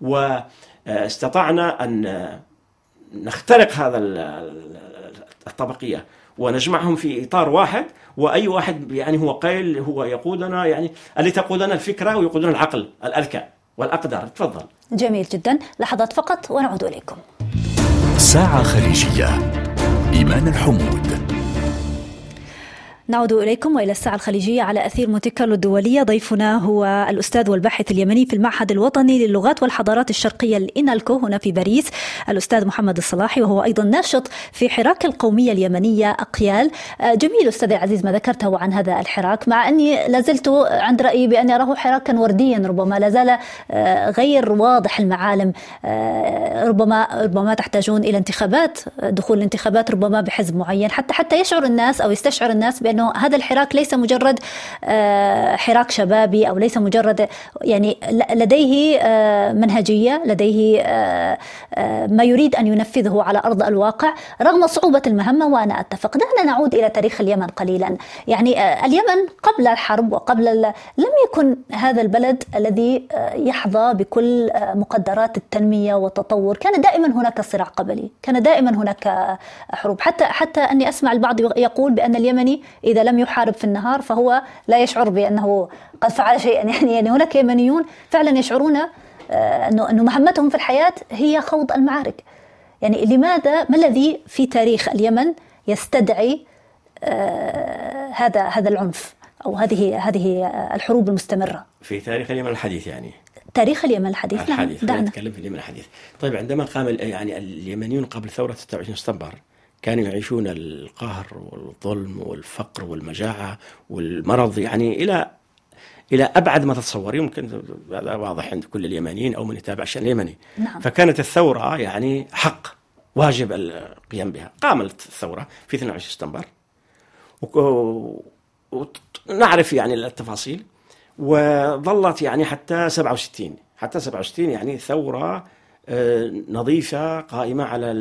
واستطعنا أن نخترق هذا الطبقية ونجمعهم في إطار واحد، وأي واحد يعني هو يقودنا، يعني اللي تقودنا الفكرة ويقودنا العقل الأذكى والأقدر. تفضل. جميل جدا، لحظات فقط ونعود إليكم. ساعة خليجية، إيمان الحمود. نعود إليكم وإلى الساعة الخليجية على أثير مونتي كارلو الدولية. ضيفنا هو الأستاذ والباحث اليمني في المعهد الوطني للغات والحضارات الشرقية الإنالكو هنا في باريس، الأستاذ محمد الصلاحي، وهو أيضا ناشط في حراك القومية اليمنية أقيال. جميل أستاذ العزيز ما ذكرته عن هذا الحراك، مع أني لازلت عند رأيي بأني أراه حراكا ورديا، ربما لازال غير واضح المعالم. ربما تحتاجون إلى انتخابات، دخول الانتخابات ربما بحزب معين، حتى يشعر الناس أو يستشعر الناس بأن هذا الحراك ليس مجرد حراك شبابي، أو ليس مجرد، يعني لديه منهجية، لديه ما يريد أن ينفذه على أرض الواقع رغم صعوبة المهمة. وأنا أتفق. دعنا نعود إلى تاريخ اليمن قليلا. يعني اليمن قبل الحرب لم يكن هذا البلد الذي يحظى بكل مقدرات التنمية والتطور. كان دائما هناك صراع قبلي، كان دائما هناك حروب، حتى أني أسمع البعض يقول بأن اليمني إذا لم يحارب في النهار فهو لا يشعر بأنه قد فعل شيئا. يعني هناك يمنيون فعلا يشعرون أنه مهمتهم في الحياة هي خوض المعارك. يعني ما الذي في تاريخ اليمن يستدعي هذا العنف أو هذه الحروب المستمرة في تاريخ اليمن الحديث، يعني تاريخ اليمن الحديث. نعم، دعنا نتكلم في اليمن الحديث. طيب، عندما قام يعني اليمنيون قبل ثورة 26 سبتمبر كانوا يعيشون القهر والظلم والفقر والمجاعة والمرض، يعني إلى أبعد ما تتصور. يمكن هذا واضح عند كل اليمنيين أو من يتابع الشأن اليمني. نعم. فكانت الثورة يعني حق واجب القيام بها. قامت الثورة في 22 سبتمبر ونعرف يعني التفاصيل، وظلت يعني حتى 67 يعني ثورة نظيفة قائمة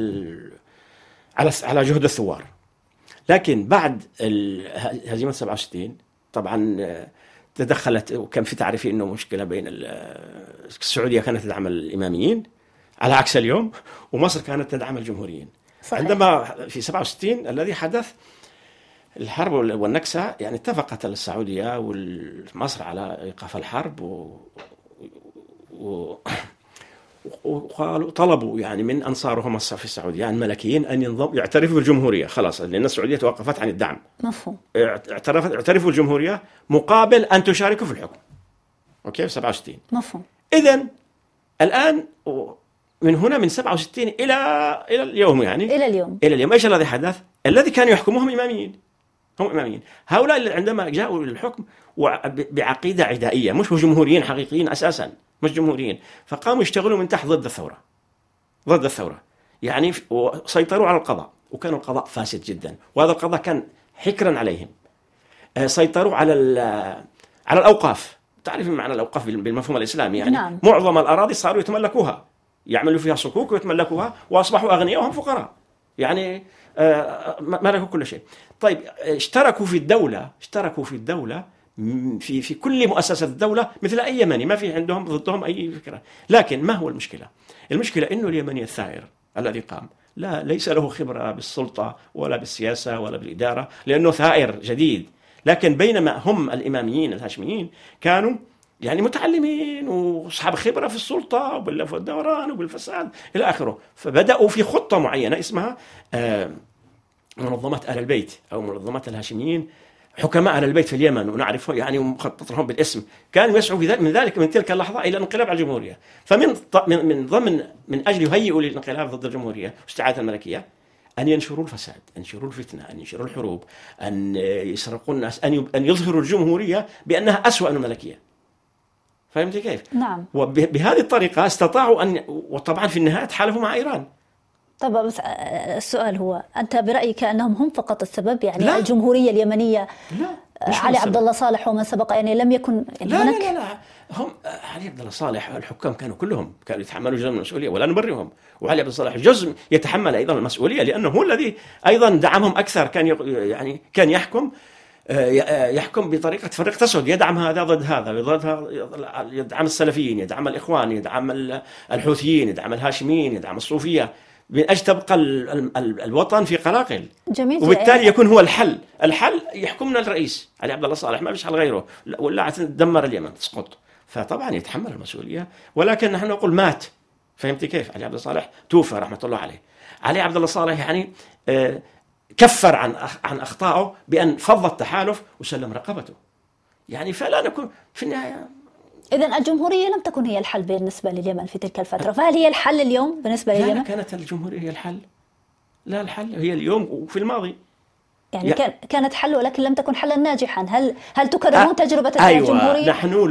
على جهد الثوار. لكن بعد هزيمة 67 طبعا تدخلت، وكان في تعرفي انه مشكلة بين السعودية كانت تدعم الإماميين على عكس اليوم، ومصر كانت تدعم الجمهوريين. صحيح. عندما في 67 الذي حدث الحرب والنكسة، يعني اتفقت السعودية ومصر على إيقاف الحرب وقالوا طلبوا يعني من أنصارهم في السعودية يعني الملكيين أن يعترفوا بالجمهورية، خلاص، لأن السعودية توقفت عن الدعم. مفهوم. اعترفوا بالجمهورية مقابل أن تشاركوا في الحكم. أوكي، 67. مفهوم. إذن الآن من هنا من 67 إلى اليوم، يعني إلى اليوم إيش الذي حدث؟ الذي كانوا يحكموهم هم إماميين. هؤلاء اللي عندما جاءوا للحكم بعقيدة عدائية، مش جمهوريين حقيقيين أساسا، مش جمهوريين، فقاموا يشتغلوا من تحت ضد الثورة يعني، وسيطروا على القضاء، وكان القضاء فاسد جدا، وهذا القضاء كان حكرا عليهم. سيطروا على الأوقاف. تعرف معنى الأوقاف بالمفهوم الإسلامي، يعني نعم. معظم الأراضي صاروا يتملكوها، يعملوا فيها صكوك ويتملكوها، وأصبحوا أغنياء وهم فقراء، يعني ملكوا كل شيء. طيب، اشتركوا في الدولة في كل مؤسسات الدولة مثل أي يمني، ما في عندهم ضدهم أي فكرة. لكن ما هو المشكلة؟ إنه اليمني الثائر الذي قام ليس له خبرة بالسلطة ولا بالسياسة ولا بالإدارة، لأنه ثائر جديد. لكن بينما هم الإماميين الهاشميين كانوا يعني متعلمين وأصحاب خبرة في السلطة وباللف والدوران وبالفساد إلى آخره، فبدأوا في خطة معينة اسمها منظمات آل البيت أو منظمات الهاشميين، حكماء آل البيت في اليمن، ونعرفه يعني مخطط لهم بالاسم. كانوا يسعوا من تلك اللحظة إلى الانقلاب على الجمهورية. من أجل يهيئوا للانقلاب ضد الجمهورية واستعادة الملكية، أن ينشروا الفساد، ينشروا الفتنة، أن ينشروا الحروب، أن يسرقوا الناس، أن يظهروا الجمهورية بأنها أسوأ من الملكية. فهمت كيف؟ نعم. وبهذه الطريقة استطاعوا وطبعا في النهاية تحالفوا مع إيران. طبعا، بس السؤال هو، أنت برأيك أنهم هم فقط السبب؟ يعني لا. الجمهورية اليمنية، لا. علي عبد الله صالح ومن سبق، يعني لم يكن يعني لا, لا لا لا هم علي عبد الله صالح، الحكام كانوا كلهم يتحملوا جزء من المسؤولية ولا نبرئهم، وعلي عبد الله صالح جزء يتحمل أيضا المسؤولية، لأنه هو الذي أيضا دعمهم أكثر. كان يحكم بطريقة فريق تسود، يدعم هذا ضد هذا، يدعم السلفيين، يدعم الإخوان، يدعم الحوثيين، يدعم الهاشميين، يدعم الصوفية، من أجل تبقى الوطن في قلاقل. جميل. وبالتالي يكون هو الحل يحكمنا الرئيس علي عبد الله صالح، ما فيش حل غيره، ولا تدمر اليمن تسقط. فطبعا يتحمل المسؤولية، ولكن نحن نقول مات. فهمت كيف؟ علي عبد الله صالح توفى رحمة الله عليه. علي عبد الله صالح يعني كفر عن أخطائه بأن فض التحالف وسلم رقبته، يعني فلا نكون في النهاية. إذن الجمهورية لم تكن هي الحل بالنسبة لليمن في تلك الفترة، فهل هي الحل اليوم بالنسبة لليمن؟ لا، كانت الجمهورية هي الحل. لا، الحل هي اليوم وفي الماضي. يعني كانت حل، ولكن لم تكن حلا ناجحا. هل تكررون تجربة الجمهورية؟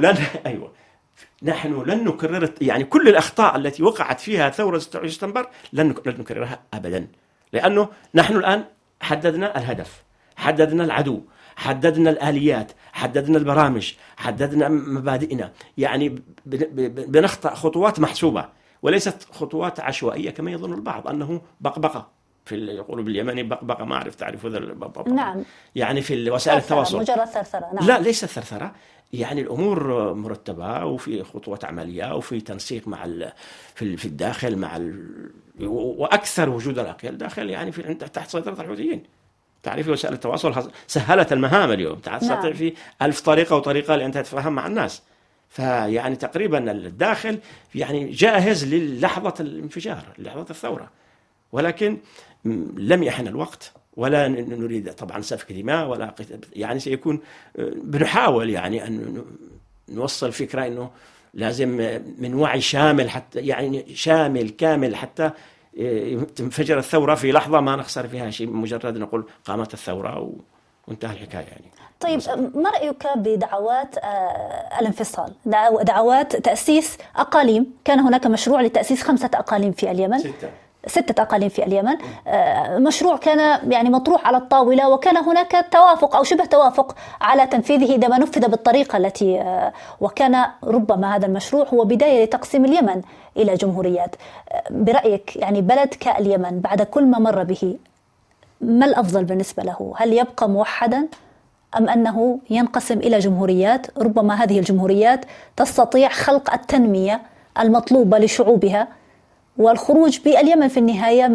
نحن لن نكرر، يعني كل الأخطاء التي وقعت فيها ثورة 26 سبتمبر لن نكررها أبدا، لأنه نحن الآن حددنا الهدف، حددنا العدو، حددنا الآليات، حددنا البرامج، حددنا مبادئنا، يعني بنخطأ خطوات محسوبة وليست خطوات عشوائية كما يظن البعض أنه بقبقة. يقولوا باليمني بقبقة، ما أعرف تعرف هذا البقبقة. نعم. يعني في وسائل التواصل مجرد ثرثرة. نعم. لا، ليس ثرثرة، يعني الأمور مرتبة وفي خطوات عملية وفي تنسيق مع في الداخل مع وأكثر وجود الأقيال داخل، يعني تحت سيطرة الحوثيين. تعرفي وسائل التواصل سهلت المهام اليوم، تستطيع في 1000 طريقة وطريقة لأن تتفاهم مع الناس. فيعني تقريبا الداخل يعني جاهز للحظة الانفجار، لحظة الثورة، ولكن لم يحن الوقت ولا نريد طبعا سفك دماء ولا يعني سيكون بنحاول يعني أن نوصل فكرة أنه لازم من وعي شامل، حتى يعني شامل كامل، حتى تنفجر الثورة في لحظة ما نخسر فيها شيء، مجرد نقول قامت الثورة وانتهى الحكاية يعني. طيب ما رأيك بدعوات الانفصال، دعوات تأسيس أقاليم؟ كان هناك مشروع لتأسيس 5 أقاليم في اليمن، 6 أقاليم في اليمن. مشروع كان يعني مطروح على الطاولة، وكان هناك توافق أو شبه توافق على تنفيذه عندما نفذ بالطريقة التي وكان ربما هذا المشروع هو بداية لتقسيم اليمن إلى جمهوريات. برأيك يعني بلد كاليمن بعد كل ما مر به ما الأفضل بالنسبة له؟ هل يبقى موحدا أم أنه ينقسم إلى جمهوريات؟ ربما هذه الجمهوريات تستطيع خلق التنمية المطلوبة لشعوبها والخروج باليمن في النهاية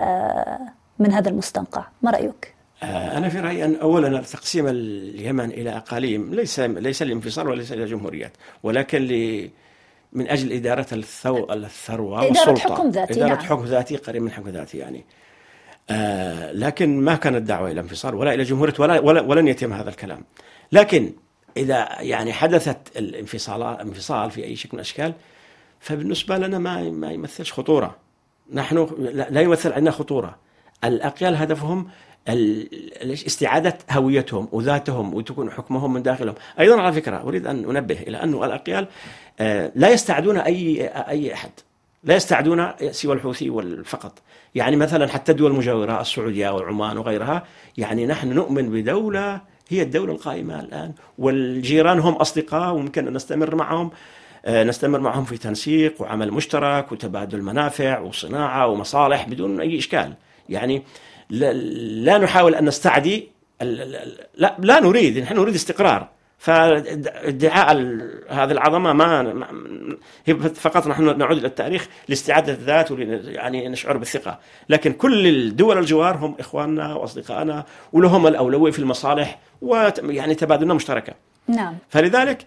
من هذا المستنقع. ما رأيك؟ أنا في رأيي أن أولا تقسيم اليمن إلى أقاليم ليس الانفصال وليس إلى جمهوريات، ولكن من أجل إدارة الثروة والسلطة، حكم ذاتي، إدارة حكم ذاتي قريب من حكم ذاتي يعني. لكن ما كانت دعوة إلى انفصال ولا إلى جمهورية ولن يتم هذا الكلام. لكن إذا يعني حدثت الانفصال في أي شكل من الأشكال، فبالنسبة لنا ما يمثلش خطورة. نحن لا يمثل عندنا خطورة. الأقيال هدفهم استعادة هويتهم وذاتهم وتكون حكمهم من داخلهم. أيضا على فكرة أريد أن أنبه إلى أن الأقيال لا يستعدون أي أحد، لا يستعدون سوى الحوثي فقط. يعني مثلا حتى الدول المجاورة السعودية وعمان وغيرها، يعني نحن نؤمن بدولة هي الدولة القائمة الآن، والجيران هم أصدقاء وممكن أن نستمر معهم في تنسيق وعمل مشترك وتبادل منافع وصناعة ومصالح بدون أي إشكال. يعني لا نحاول أن نستعدي، لا نريد، نحن نريد استقرار. فادعاء هذه العظمة ما هي فقط نحن نعود إلى التاريخ لاستعادة الذات يعني نشعر بالثقة. لكن كل الدول الجوار هم إخواننا وأصدقائنا ولهم الأولوية في المصالح ويعني تبادلنا مشتركة. نعم. فلذلك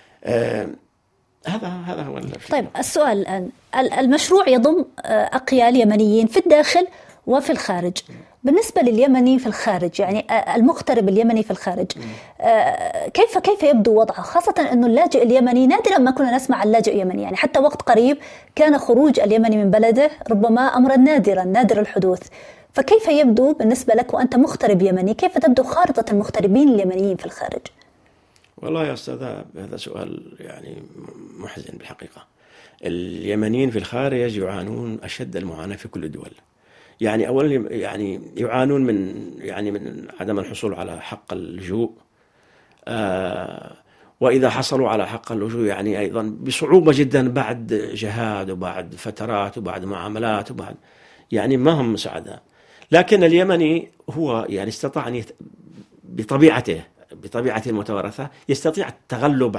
هذا هو الفكرة. طيب السؤال الآن، المشروع يضم أقيال يمنيين في الداخل وفي الخارج. بالنسبة لليمني في الخارج، يعني المغترب اليمني في الخارج، كيف يبدو وضعه؟ خاصة أنه اللاجئ اليمني نادرا ما كنا نسمع عن لاجئ يمني، يعني حتى وقت قريب كان خروج اليمني من بلده ربما أمرا نادر الحدوث. فكيف يبدو بالنسبة لك وأنت مغترب يمني، كيف تبدو خارطة المغتربين اليمنيين في الخارج؟ والله يا أستاذ هذا سؤال يعني محزن بالحقيقة. اليمنيين في الخارج يعانون أشد المعاناة في كل الدول. يعني أولا يعني يعانون من عدم الحصول على حق اللجوء، وإذا حصلوا على حق اللجوء يعني أيضا بصعوبة جدا بعد جهاد وبعد فترات وبعد معاملات وبعد يعني ما هم سعداء. لكن اليمني هو يعني استطاع أن بطبيعته المتوارثة يستطيع التغلب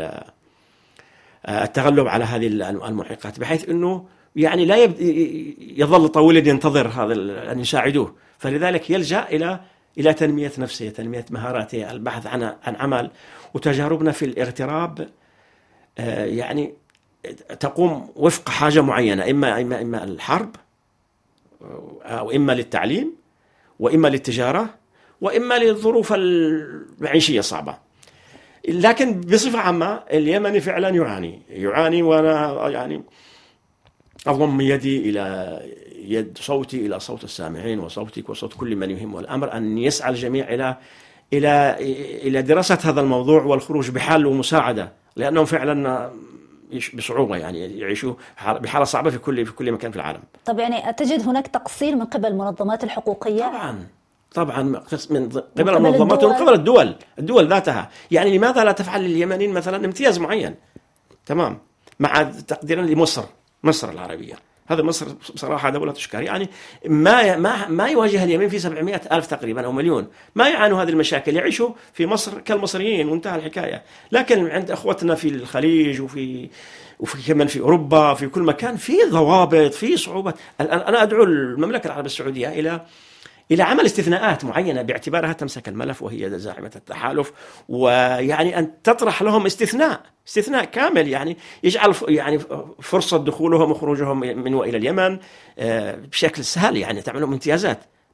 على هذه المعيقات، بحيث أنه يعني لا يظل طويلا ينتظر هذا أن يساعدوه. فلذلك يلجأ إلى تنمية نفسه، تنمية مهاراته، البحث عن عمل. وتجاربنا في الاغتراب يعني تقوم وفق حاجة معينة، إما الحرب، أو إما للتعليم، وإما للتجارة، وإما للظروف المعيشية الصعبة. لكن بصفة عامة اليمني فعلا يعاني، وأنا يعني أضم يدي إلى يد صوتي إلى صوت السامعين وصوتك وصوت كل من يهمه الأمر أن يسعى الجميع إلى دراسة هذا الموضوع والخروج بحل ومساعدة، لأنهم فعلا بصعوبة يعني يعيشوا بحالة صعبة في كل مكان في العالم. طب يعني تجد هناك تقصير من قبل المنظمات الحقوقية؟ طبعا من قبل المنظمات ومن قبل الدول ذاتها. يعني لماذا لا تفعل لليمنيين مثلا امتياز معين؟ تمام، مع تقديرا لمصر العربية. هذا مصر بصراحة دولة تشكر، يعني ما يواجه اليمن في 700,000 تقريبا أو مليون، ما يعانوا هذه المشاكل، يعيشوا في مصر كالمصريين وانتهى الحكاية. لكن عند أخوتنا في الخليج وفي كمان في أوروبا في كل مكان في ضوابط، في صعوبة. أنا أدعو المملكة العربية السعودية إلى عمل استثناءات معينة باعتبارها تمسك الملف وهي زاعمة التحالف، ويعني أن تطرح لهم استثناء كامل، يعني يجعل يعني فرصة دخولهم وخروجهم من وإلى اليمن بشكل سهل، يعني تعملهم امتيازات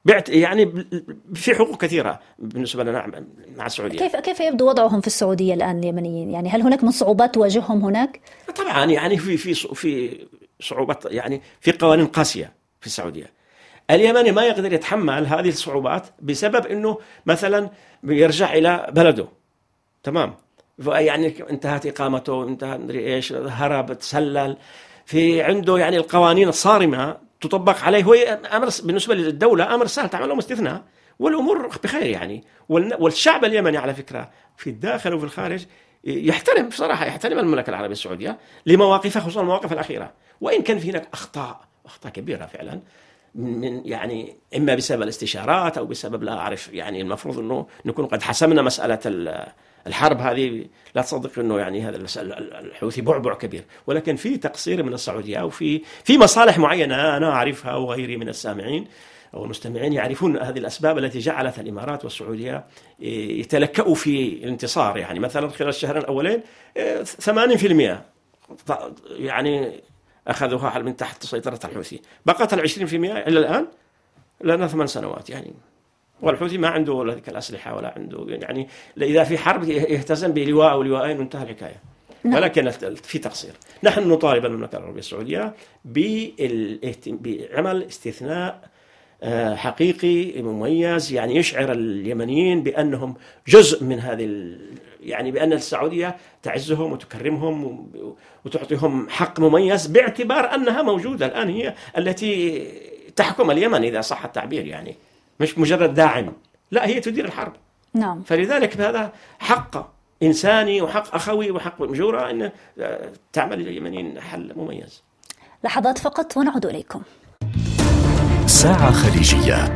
يعني في حقوق كثيرة بالنسبة لنا مع السعودية. كيف يبدو وضعهم في السعودية الآن اليمنيين؟ يعني هل هناك من صعوبات تواجههم هناك؟ طبعا يعني في صعوبات، يعني في قوانين قاسية في السعودية. اليمني ما يقدر يتحمل هذه الصعوبات بسبب أنه مثلا يرجع إلى بلده، تمام، يعني انتهت إقامته، انتهى مدري إيش، هرب، تسلل، في عنده يعني القوانين الصارمة تطبق عليه. هو أمر بالنسبة للدولة أمر سهل تعمل لهم استثناء والأمور بخير يعني. والشعب اليمني على فكرة في الداخل وفي الخارج يحترم بصراحة، يحترم المملكة العربية السعودية لمواقفها، خصوصا المواقف الأخيرة، وإن كان في هناك أخطاء كبيرة فعلا، من يعني إما بسبب الاستشارات أو بسبب لا أعرف، يعني المفروض أنه نكون قد حسمنا مسألة الحرب هذه. لا تصدق أنه يعني هذا الحوثي بعبع كبير، ولكن في تقصير من السعودية أو في مصالح معينة أنا أعرفها وغيري من السامعين أو المستمعين يعرفون هذه الأسباب التي جعلت الإمارات والسعودية يتلكأوا في الانتصار. يعني مثلا خلال الشهرين الأولين 80% يعني أخذوها من تحت سيطرة الحوثي، بقت 20% إلى الآن لنا 8 سنوات يعني. والحوثي ما عنده ولا ذيك الأسلحة ولا عنده، يعني إذا في حرب يهتزم بلواء أو لواءين وانتهى الحكاية. ولكن في تقصير. نحن نطالب المملكة العربية السعودية بعمل استثناء حقيقي مميز، يعني يشعر اليمنيين بأنهم جزء من هذه، يعني بأن السعودية تعزهم وتكرمهم وتعطيهم حق مميز باعتبار أنها موجودة الآن، هي التي تحكم اليمن إذا صح التعبير، يعني مش مجرد داعم، لا هي تدير الحرب. نعم. فلذلك هذا حق إنساني وحق أخوي وحق مجورة أن تعمل اليمنيين حل مميز. لحظات فقط ونعود إليكم. ساعة خليجية.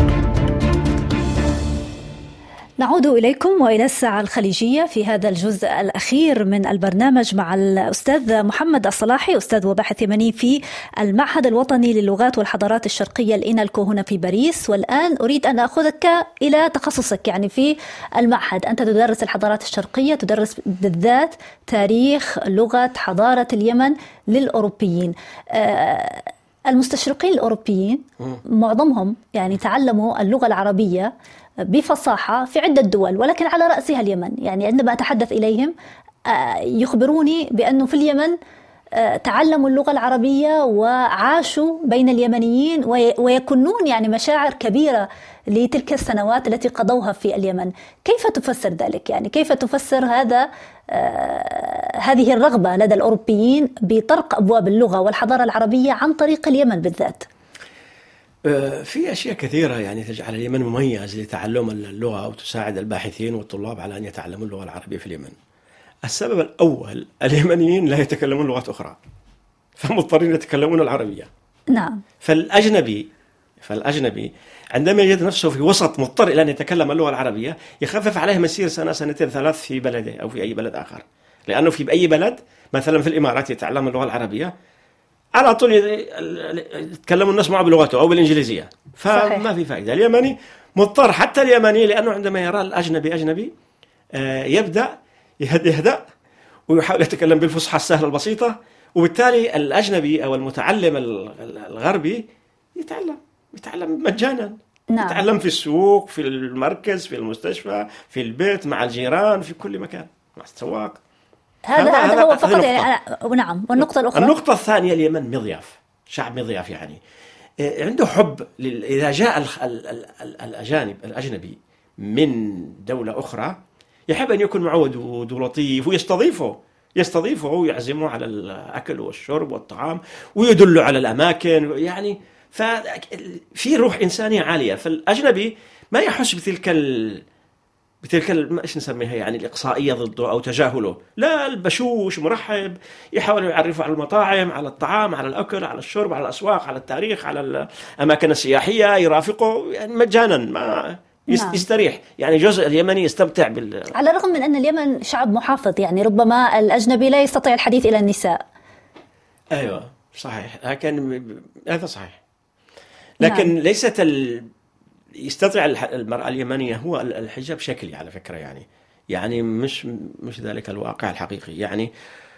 نعود إليكم وإلى الساعة الخليجية في هذا الجزء الأخير من البرنامج مع الأستاذ محمد الصلاحي، أستاذ وباحث يمني في المعهد الوطني للغات والحضارات الشرقية الإنالكو هنا في باريس. والآن أريد أن أخذك إلى تخصصك، يعني في المعهد أنت تدرس الحضارات الشرقية، تدرس بالذات تاريخ لغة حضارة اليمن للأوروبيين. المستشرقين الأوروبيين معظمهم يعني تعلموا اللغة العربية بفصاحة في عدة دول، ولكن على رأسها اليمن. يعني عندما أتحدث إليهم يخبروني بأنه في اليمن تعلموا اللغة العربية وعاشوا بين اليمنيين ويكونون يعني مشاعر كبيرة لتلك السنوات التي قضوها في اليمن. كيف تفسر ذلك؟ يعني كيف تفسر هذه الرغبة لدى الأوروبيين بطرق أبواب اللغة والحضارة العربية عن طريق اليمن بالذات؟ في أشياء كثيرة يعني تجعل اليمن مميز لتعلم اللغة وتساعد الباحثين والطلاب على أن يتعلموا اللغة العربية في اليمن. السبب الأول، اليمنيين لا يتكلمون لغات أخرى، فمضطرين يتكلمون العربية. نعم. فالأجنبي عندما يجد نفسه في وسط مضطر إلى أن يتكلم اللغة العربية يخفف عليه مسير سنة سنتين ثلاث في بلده أو في أي بلد آخر، لأنه في أي بلد مثلا في الإمارات يتعلم اللغة العربية على طول يتكلموا الناس معه بلغته أو بالإنجليزية، فما في فائدة. اليمني مضطر، حتى اليمني لأنه عندما يرى الأجنبي أجنبي يبدأ يهدأ ويحاول يتكلم بالفصحى السهلة البسيطة، وبالتالي الأجنبي أو المتعلم الغربي يتعلم مجانا. نعم. يتعلم في السوق، في المركز، في المستشفى، في البيت، مع الجيران، في كل مكان، مع السواق. هذا هو فقط يعني. نعم. والنقطة الأخرى، النقطة الثانية، اليمن مضياف، شعب مضياف، يعني عنده حب إذا جاء الأجنبي من دولة أخرى يحب أن يكون معه ودود ولطيف ويستضيفه ويعزمه على الأكل والشرب والطعام ويدله على الأماكن، يعني ففي روح إنسانية عالية. فالأجنبي ما يحس بتلك ايش نسميها يعني الإقصائية ضده أو تجاهله، لا، البشوش مرحب، يحاول يعرفه على المطاعم، على الطعام، على الأكل، على الشرب، على الأسواق، على التاريخ، على الأماكن السياحية، يرافقه يعني مجانا، ما يستريح. يعني جزء اليمني يستمتع على الرغم من أن اليمن شعب محافظ، يعني ربما الأجنبي لا يستطيع الحديث إلى النساء. أيوة صحيح، لكن هذا صحيح، لكن ليست يستطيع المرأة اليمنية هو الحجاب شكلي على فكرة، يعني مش ذلك الواقع الحقيقي. يعني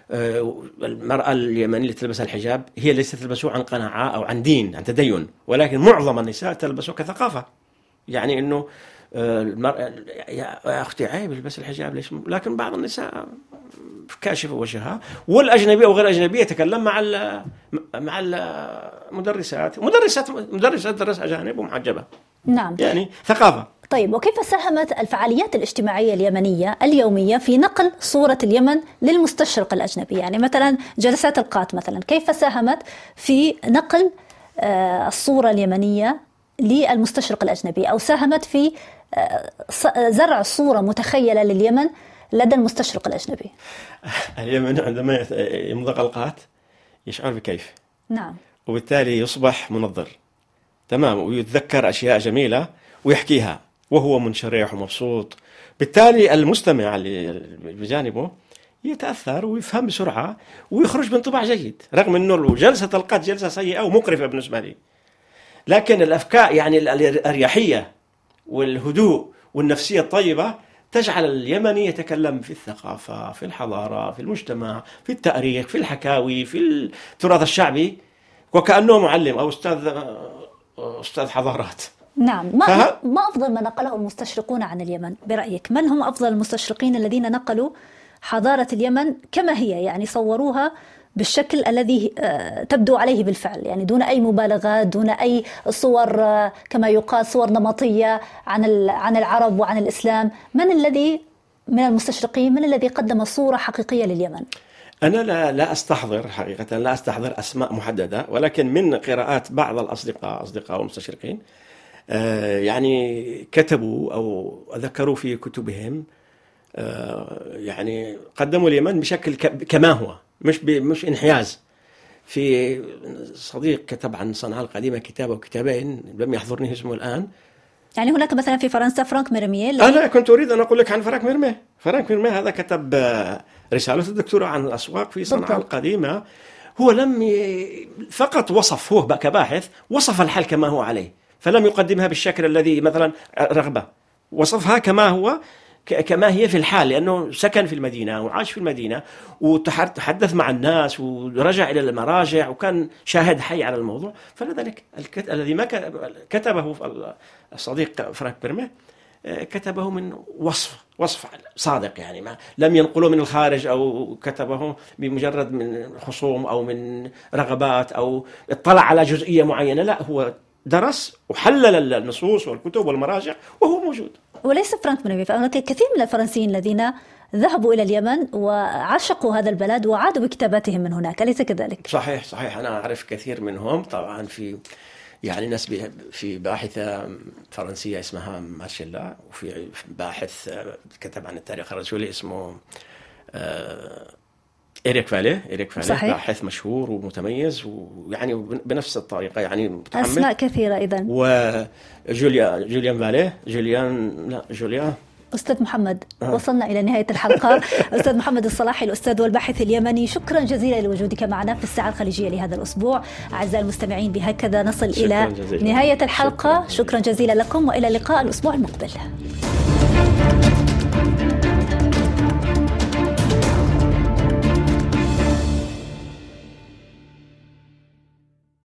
المرأة اليمنية اللي تلبس الحجاب هي ليست تلبسه عن قناعة أو عن دين، عن تدين، ولكن معظم النساء تلبسه كثقافة. يعني إنه المرأة يا أختي عيب يلبس الحجاب ليش؟ لكن بعض النساء كاشفة وجهها، والأجنبية وغير الأجنبية يتكلم مع المدرسات درس أجانب ومحجبة. نعم. يعني ثقافة. طيب، وكيف ساهمت الفعاليات الاجتماعية اليمنية اليومية في نقل صورة اليمن للمستشرق الأجنبي؟ يعني مثلا جلسات القات مثلا كيف ساهمت في نقل الصورة اليمنية للمستشرق الأجنبي، أو ساهمت في زرع صورة متخيلة لليمن لدى المستشرق الأجنبي؟ اليمن عندما يمضغ القات يشعر بكيف. نعم. وبالتالي يصبح منظر تمام، ويتذكر أشياء جميلة ويحكيها وهو منشرح ومبسوط. بالتالي المستمع اللي بجانبه يتأثر ويفهم بسرعة ويخرج بانطباع جيد، رغم أنه جلسة القات جلسة سيئة ومقرفة بالنسبة لي، لكن الأفكار يعني الأريحية والهدوء والنفسية الطيبة تجعل اليمني يتكلم في الثقافة، في الحضارة، في المجتمع، في التاريخ، في الحكاوي، في التراث الشعبي، وكأنه معلم أو أستاذ حضارات. نعم. ما أفضل ما نقله المستشرقون عن اليمن برأيك؟ من هم أفضل المستشرقين الذين نقلوا حضارة اليمن كما هي، يعني صوروها بالشكل الذي تبدو عليه بالفعل، يعني دون أي مبالغات، دون أي صور كما يقال صور نمطية عن العرب وعن الإسلام؟ من المستشرقين من الذي قدم صورة حقيقية لليمن؟ أنا لا أستحضر حقيقة، لا أستحضر أسماء محددة، ولكن من قراءات بعض أصدقاء والمستشرقين يعني كتبوا أو ذكروا في كتبهم يعني قدموا اليمن بشكل كما هو، مش انحياز. في صديق كتب عن صنعاء القديمة كتابة وكتابين لم يحضرني اسمه الآن. يعني هناك مثلا في فرنسا فرانك ميرميه. أنا كنت أريد أن أقول لك عن فرانك ميرميه هذا كتب رسالة الدكتوراه عن الأسواق في صنعاء القديمة. هو فقط وصف، هو كباحث وصف الحال كما هو عليه، فلم يقدمها بالشكل الذي مثلا رغبة، وصفها كما هي في الحال، لأنه سكن في المدينة وعاش في المدينة وتحدث مع الناس ورجع إلى المراجع وكان شاهد حي على الموضوع. فلذلك الذي ما كتبه الصديق فرانك ميرميه كتبه من وصف صادق، يعني ما لم ينقله من الخارج أو كتبه بمجرد من خصوم أو من رغبات أو اطلع على جزئية معينة، لا، هو درس وحلل النصوص والكتب والمراجع وهو موجود. وليس فرانك ميرميه، فهناك كثير من الفرنسيين الذين ذهبوا إلى اليمن وعشقوا هذا البلد وعادوا بكتاباتهم من هناك، أليس كذلك؟ صحيح، أنا أعرف كثير منهم طبعا. يعني ناس في باحثة فرنسية اسمها مارشيلا، وفي باحث كتب عن التاريخ الرسولي اسمه إريك فاليه باحث مشهور ومتميز، ويعني بنفس الطريقة يعني متحمل. أسماء كثيرة إذن. جوليان أستاذ محمد، وصلنا إلى نهاية الحلقة. أستاذ محمد الصلاحي، الأستاذ والباحث اليمني، شكرا جزيلا لوجودك معنا في الساعة الخليجية لهذا الأسبوع. أعزائي المستمعين، بهكذا نصل إلى نهاية الحلقة. شكرا جزيلا لكم، وإلى اللقاء الأسبوع المقبل.